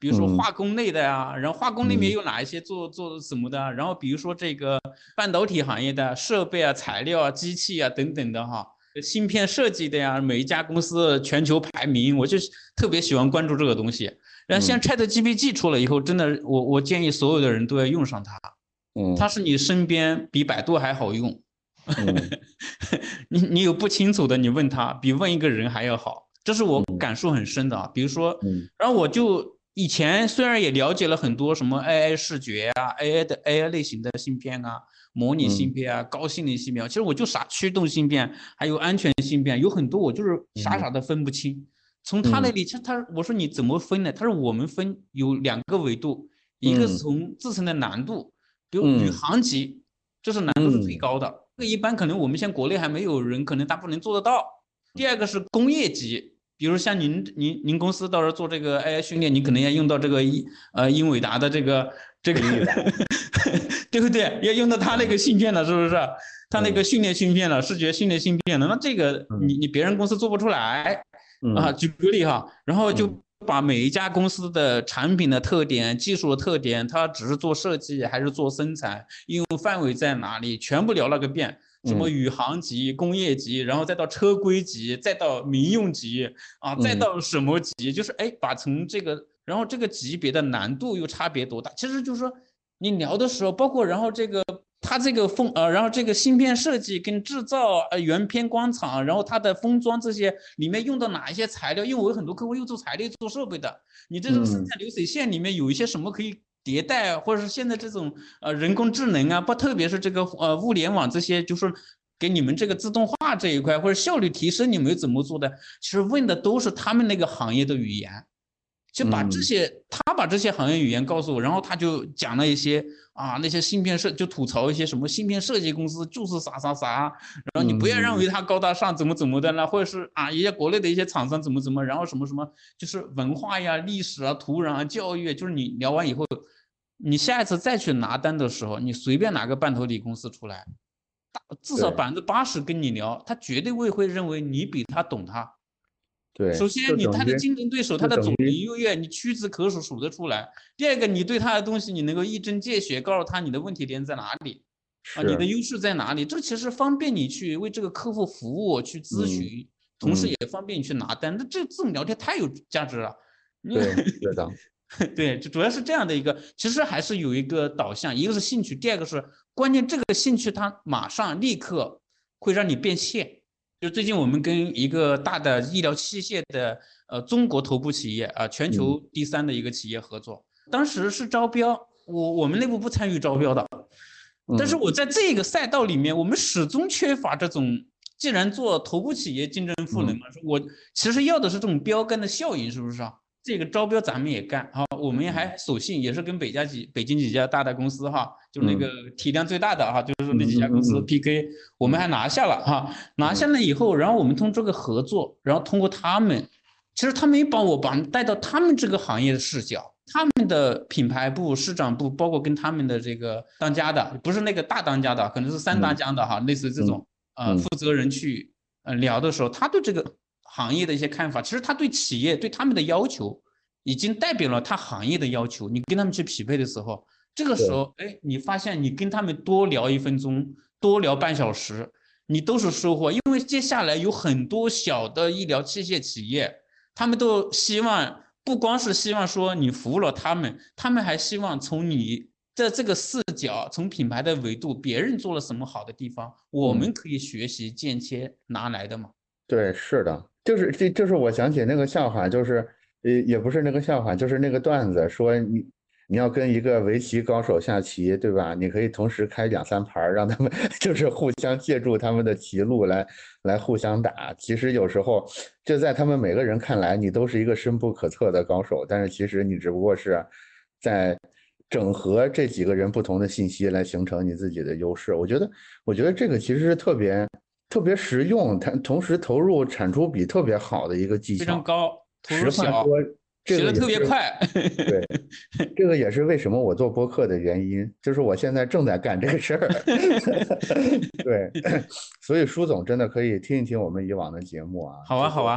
比如说嗯化工类的呀，然后化工里面有哪一些做做什么的，然后比如说这个半导体行业的设备啊、材料啊、机器啊等等的哈，芯片设计的呀，每一家公司全球排名，我就特别喜欢关注这个东西。然后像 ChatGPT 出了以后，真的，我我建议所有的人都要用上它，它嗯是你身边比百度还好用。 嗯你你有不清楚的，你问他，比问一个人还要好，这是我感受很深的啊。比如说， 嗯然后我就以前虽然也了解了很多什么 A I 视觉啊、A I 的 A I 类型的芯片啊、模拟芯嗯片啊、高性能芯片，其实我就傻驱动芯片，还有安全芯片，有很多我就是傻傻的分不清。从他那里，其实他我说你怎么分呢？他说我们分有两个维度，一个是从自身的难度，比如宇航级，这是难度是最高的。这个一般可能我们像国内还没有人，可能大部分能做得到。第二个是工业级，比如像您您您公司到时候做这个 A I 训练，你可能要用到这个呃英伟达的这个这个，对不对？要用到它那个芯片了，是不是？它那个训练芯片了，视觉训练芯片了，那这个你你别人公司做不出来啊。举个例哈，然后就把每一家公司的产品的特点、技术的特点，它只是做设计还是做生产，应用范围在哪里，全部聊了个遍。什么宇航级、工业级，然后再到车规级，再到民用级啊，再到什么级，就是哎，把从这个，然后这个级别的难度又差别多大？其实就是说，你聊的时候，包括然后这个它这个封呃，然后这个芯片设计跟制造呃原片光厂，然后它的封装这些里面用到哪一些材料？因为我有很多客户又做材料做设备的，你这种生产流水线里面有一些什么可以迭代，或者是现在这种呃人工智能啊，不特别是这个呃物联网这些，就是给你们这个自动化这一块或者效率提升，你们怎么做的？其实问的都是他们那个行业的语言。就把这些、嗯，他把这些行业语言告诉我，然后他就讲了一些啊，那些芯片设就吐槽一些什么芯片设计公司就是啥啥啥，然后你不要认为它高大上怎么怎么的啦，或者是啊一些国内的一些厂商怎么怎么，然后什么什么就是文化呀、历史啊、土壤啊、教育，就是你聊完以后，你下一次再去拿单的时候，你随便拿个半导体公司出来，至少百分之八十跟你聊，他绝对会会认为你比他懂他。 对， 首先，你他的竞争对手，他的左邻右院，你屈指可数数得出来。第二个，你对他的东西，你能够一针见血告诉他你的问题点在哪里，啊，你的优势在哪里？这其实方便你去为这个客户服务、去咨询，嗯、同时也方便你去拿单。那、嗯、这这种聊天太有价值了。 对，是的， 对，就主要是这样的一个，其实还是有一个导向，一个是兴趣，第二个是关键，这个兴趣它马上立刻会让你变现。就最近我们跟一个大的医疗器械的呃中国头部企业啊、呃，全球第三的一个企业合作，嗯、当时是招标，我我们内部不参与招标的，但是我在这个赛道里面，我们始终缺乏这种，既然做头部企业竞争赋能嘛，嗯、我其实要的是这种标杆的效应，是不是啊？这个招标咱们也干啊，我们也还索性也是跟北家几北京几家大的公司哈，就是那个体量最大的哈，就是那几家公司 P K，我们还拿下了哈，拿下了以后，然后我们通过这个合作，然后通过他们，其实他们也把我把带到他们这个行业的视角，他们的品牌部、市场部，包括跟他们的这个当家的，不是那个大当家的，可能是三当家的哈，类似这种呃负责人去呃聊的时候，他对这个行业的一些看法，其实他对企业对他们的要求，已经代表了他行业的要求。你跟他们去匹配的时候，这个时候，哎，你发现你跟他们多聊一分钟，多聊半小时，你都是收获。因为接下来有很多小的医疗器械企业，他们都希望，不光是希望说你服务了他们，他们还希望从你在这个视角，从品牌的维度，别人做了什么好的地方，我们可以学习间接拿来的嘛。 对，是的。就是这，就是我想起那个笑话，就是呃，也不是那个笑话，就是那个段子，说你你要跟一个围棋高手下棋，对吧？你可以同时开两三盘，让他们就是互相借助他们的棋路来来互相打。其实有时候就在他们每个人看来，你都是一个深不可测的高手，但是其实你只不过是在整合这几个人不同的信息来形成你自己的优势。我觉得，我觉得这个其实是特别。特别实用，它同时投入产出比特别好的一个技巧， 非常高，投入小， 实话说，这个学的特别快。 对，这个也是为什么我做播客的原因，就是我现在正在干这个事儿。对，所以舒总真的可以听一听我们以往的节目啊。 好啊，好啊。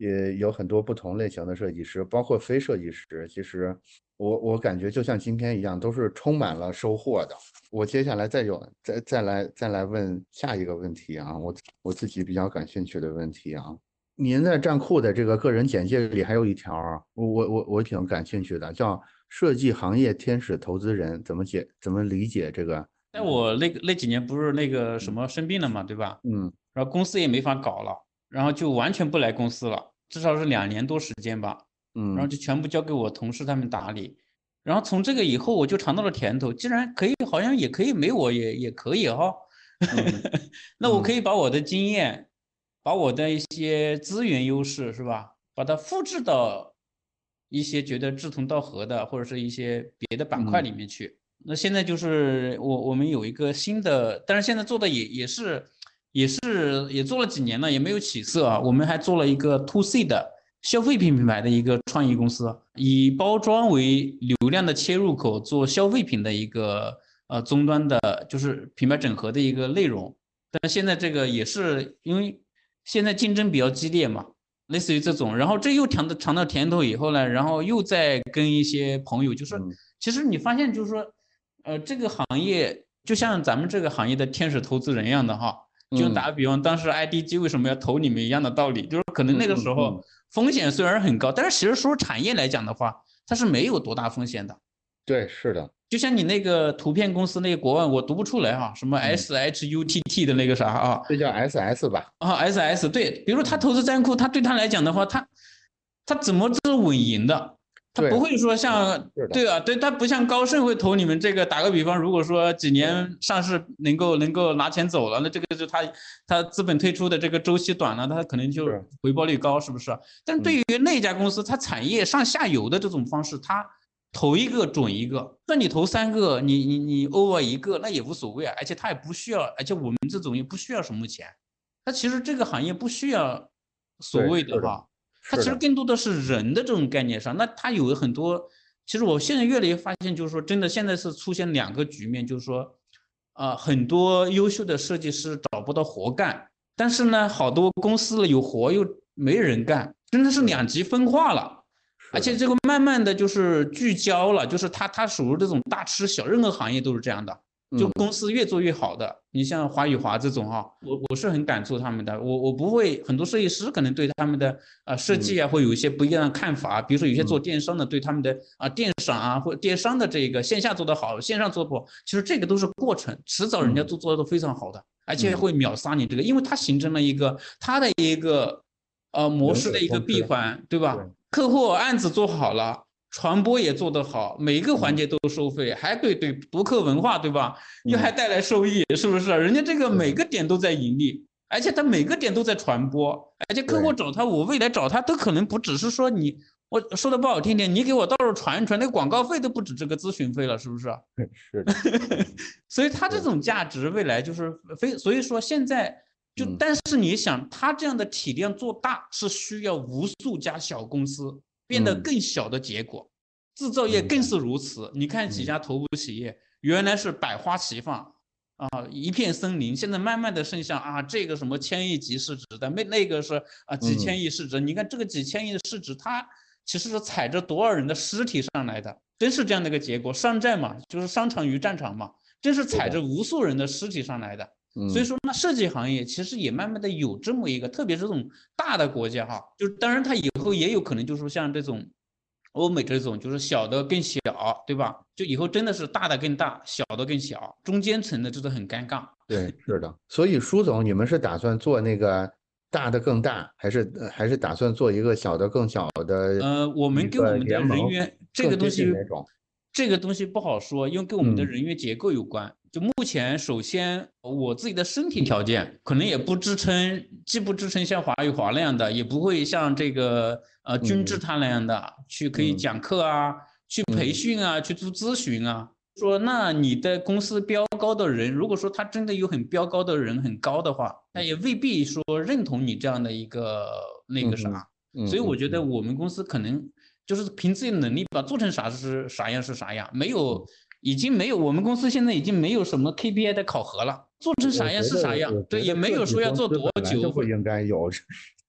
也有很多不同类型的设计师，包括非设计师。其实我我感觉就像今天一样，都是充满了收获的。我接下来再有再再来再来问下一个问题啊，我我自己比较感兴趣的问题啊。您在站酷的这个个人简介里还有一条，我我我我挺感兴趣的，叫设计行业天使投资人，怎么解怎么理解这个？ 在我那个那几年不是那个什么生病了嘛，对吧？ 嗯， 然后公司也没法搞了，然后就完全不来公司了，至少是两年多时间吧。 嗯， 然后就全部交给我同事他们打理。然后从这个以后，我就尝到了甜头，既然可以，好像也可以没我也也可以哈、哦。 嗯那我可以把我的经验，把我的一些资源优势是吧，把它复制到一些觉得志同道合的或者是一些别的板块里面去。那现在就是我我们有一个新的，但是现在做的也也是也是也做了几年了，也没有起色啊。我们还做了一个 to C 的消费品品牌的一个创意公司，以包装为流量的切入口，做消费品的一个呃终端的，就是品牌整合的一个内容。但现在这个也是因为现在竞争比较激烈嘛，类似于这种，然后这又尝到尝到甜头以后呢，然后又在跟一些朋友，就是其实你发现就是说。呃，这个行业就像咱们这个行业的天使投资人一样的哈，就打个比方，当时 I D G 为什么要投你们一样的道理，就是可能那个时候风险虽然很高，但是其实说产业来讲的话，它是没有多大风险的。 对，是的。 就像你那个图片公司那个国外，我读不出来哈，什么 S H U T T 的那个啥啊， 这叫 S S 吧？ 啊 ，S S 对，比如他投资站酷，他对他来讲的话，他他怎么是稳赢的？他不会说像对啊，对他不像高盛会投你们这个。打个比方，如果说几年上市能够能够拿钱走了，那这个就他他资本退出的这个周期短了，他可能就回报率高，是不是？但对于那家公司，它产业上下游的这种方式，它投一个准一个。那你投三个，你你你 over 一个，那也无所谓啊。而且他也不需要，而且我们这种也不需要什么钱。它其实这个行业不需要所谓的哈。它其实更多的是人的这种概念上，那它有很多，其实我现在越来越发现，就是说真的现在是出现两个局面，就是说，啊、呃，很多优秀的设计师找不到活干，但是呢，好多公司有活又没人干，真的是两极分化了，而且这个慢慢的就是聚焦了，就是它它属于这种大吃小，任何行业都是这样的。就公司越做越好的，你像华宇华这种哈，我我是很感触他们的，我我不会，很多设计师可能对他们的啊设计啊会有一些不一样的看法，比如说有些做电商的对他们的啊电商啊或电商的这个线下做得好，线上做不好，其实这个都是过程，迟早人家都做的都非常好的，而且会秒杀你这个，因为它形成了一个它的一个呃模式的一个闭环，对吧？客户案子做好了。传播也做得好，每一个环节都收费，还对对读客文化，对吧？又还带来收益，是不是？人家这个每个点都在盈利，而且他每个点都在传播，而且客户找他，我未来找他都可能不只是说你，我说的不好听点，你给我到时传一传，那个广告费都不止这个咨询费了，是不是？ 是的。 所以他这种价值未来就是非，所以说现在就，但是你想，他这样的体量做大是需要无数家小公司。变得更小的结果，制造业更是如此。你看几家头部企业，原来是百花齐放啊，一片森林，现在慢慢的剩下啊，这个什么千亿级市值的，那那个是啊几千亿市值。你看这个几千亿的市值，它其实是踩着多少人的尸体上来的，真是这样的一个结果。商战嘛，就是商场与战场嘛，真是踩着无数人的尸体上来的。所以说，那设计行业其实也慢慢的有这么一个，特别是这种大的国家哈，就是当然它以后也有可能就是像这种欧美这种，就是小的更小，对吧？就以后真的是大的更大，小的更小，中间层的这都很尴尬。 对，是的。所以舒总，你们是打算做那个大的更大，还是还是打算做一个小的更小的？ 呃，我们跟我们的人员这个东西，这个东西不好说，因为跟我们的人员结构有关。嗯，就目前，首先我自己的身体条件可能也不支撑，既不支撑像华宇华那样的，也不会像这个呃君智他那样的、嗯、去可以讲课啊、嗯、去培训啊、嗯、去做咨询啊。说那你的公司标高的人，如果说他真的有很标高的人很高的话，那也未必说认同你这样的一个那个啥。嗯嗯、所以我觉得我们公司可能就是凭自己的能力吧，做成啥是啥样是啥样，没有。已经没有，我们公司现在已经没有什么 K P I 的考核了，做成啥样是啥样，对，也没有说要做多久， 不应该有。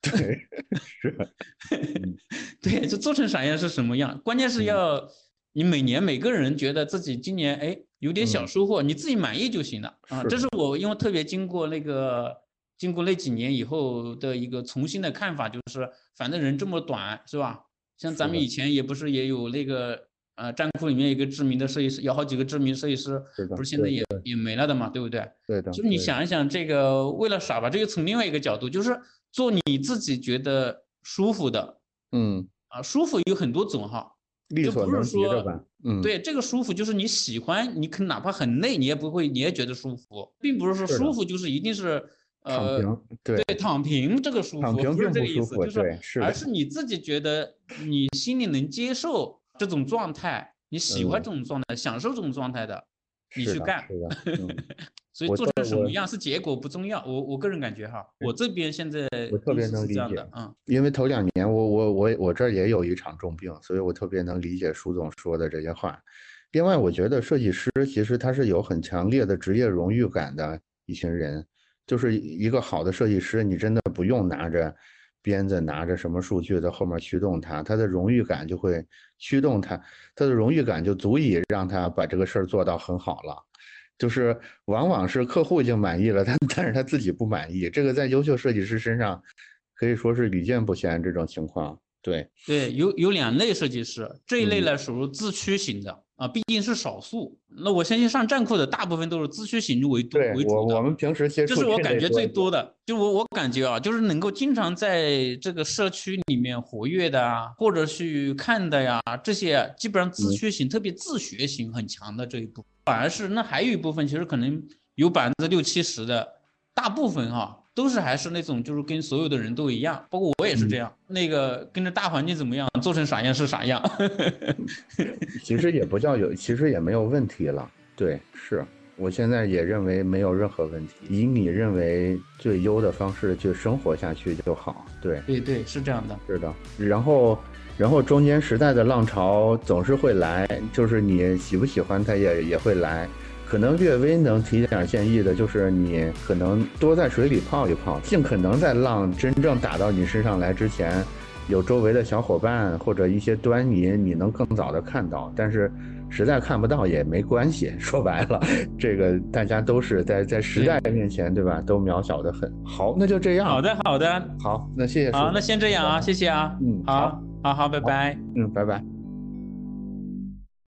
对，是，嗯对，就做成啥样是什么样，关键是要你每年每个人觉得自己今年哎有点小收获，你自己满意就行了啊。这是我因为特别经过那个经过那几年以后的一个重新的看法，就是反正人这么短是吧？像咱们以前也不是也有那个呃站库里面有一个知名的设计师，有好几个知名设计师，不是现在也也没了的嘛，对不对？ 对的。 就是你想一想，这个为了啥吧？这个从另外一个角度，就是做你自己觉得舒服的。 嗯啊，舒服有很多种哈，就不是说， 嗯， 对，这个舒服就是你喜欢，你可哪怕很累，你也不会，你也觉得舒服，并不是说舒服就是一定是呃躺平，对对，躺平这个舒服，不是这个意思，就是而是你自己觉得你心里能接受这种状态，你喜欢这种状态，享受这种状态的，你去干。所以做成什么样是结果不重要，我我个人感觉哈，我这边现在我特别能理解， 嗯， 因为头两年我我我我这儿也有一场重病，所以我特别能理解舒总说的这些话。另外，我觉得设计师其实他是有很强烈的职业荣誉感的一群人，就是一个好的设计师，你真的不用拿着鞭子拿着什么数据在后面驱动他，他的荣誉感就会驱动他，他的荣誉感就足以让他把这个事儿做到很好了。就是往往是客户已经满意了，但但是他自己不满意，这个在优秀设计师身上可以说是屡见不鲜这种情况。对对，有有两类设计师，这一类呢属于自驱型的、嗯、啊，毕竟是少数。那我相信上站库的大部分都是自驱型为主为主的。 我我们平时接触， 这是我感觉最多的。就我我感觉啊，就是能够经常在这个社区里面活跃的啊，或者去看的呀，这些基本上自驱型、嗯、特别自学型很强的这一部分，反而是那还有一部分其实可能有百分之六七十的，大部分哈、啊。都是还是那种就是跟所有的人都一样，包括我也是这样，嗯、那个跟着大环境怎么样，做成啥样是啥样。 其实也不叫有，其实也没有问题了。对，是我现在也认为没有任何问题，以你认为最优的方式去生活下去就好。对， 对对，是这样的， 是的。然后，然后中间时代的浪潮总是会来，就是你喜不喜欢它也也会来。可能略微能提点建议的就是你可能多在水里泡一泡，尽可能在浪真正打到你身上来之前，有周围的小伙伴或者一些端倪你能更早的看到，但是实在看不到也没关系，说白了这个大家都是在在时代面前 对, 对吧，都渺小的很。好，那就这样。 好的好的， 好，那谢谢。 好，那先这样啊，谢谢啊。 嗯， 好好好，拜拜。 嗯，拜拜。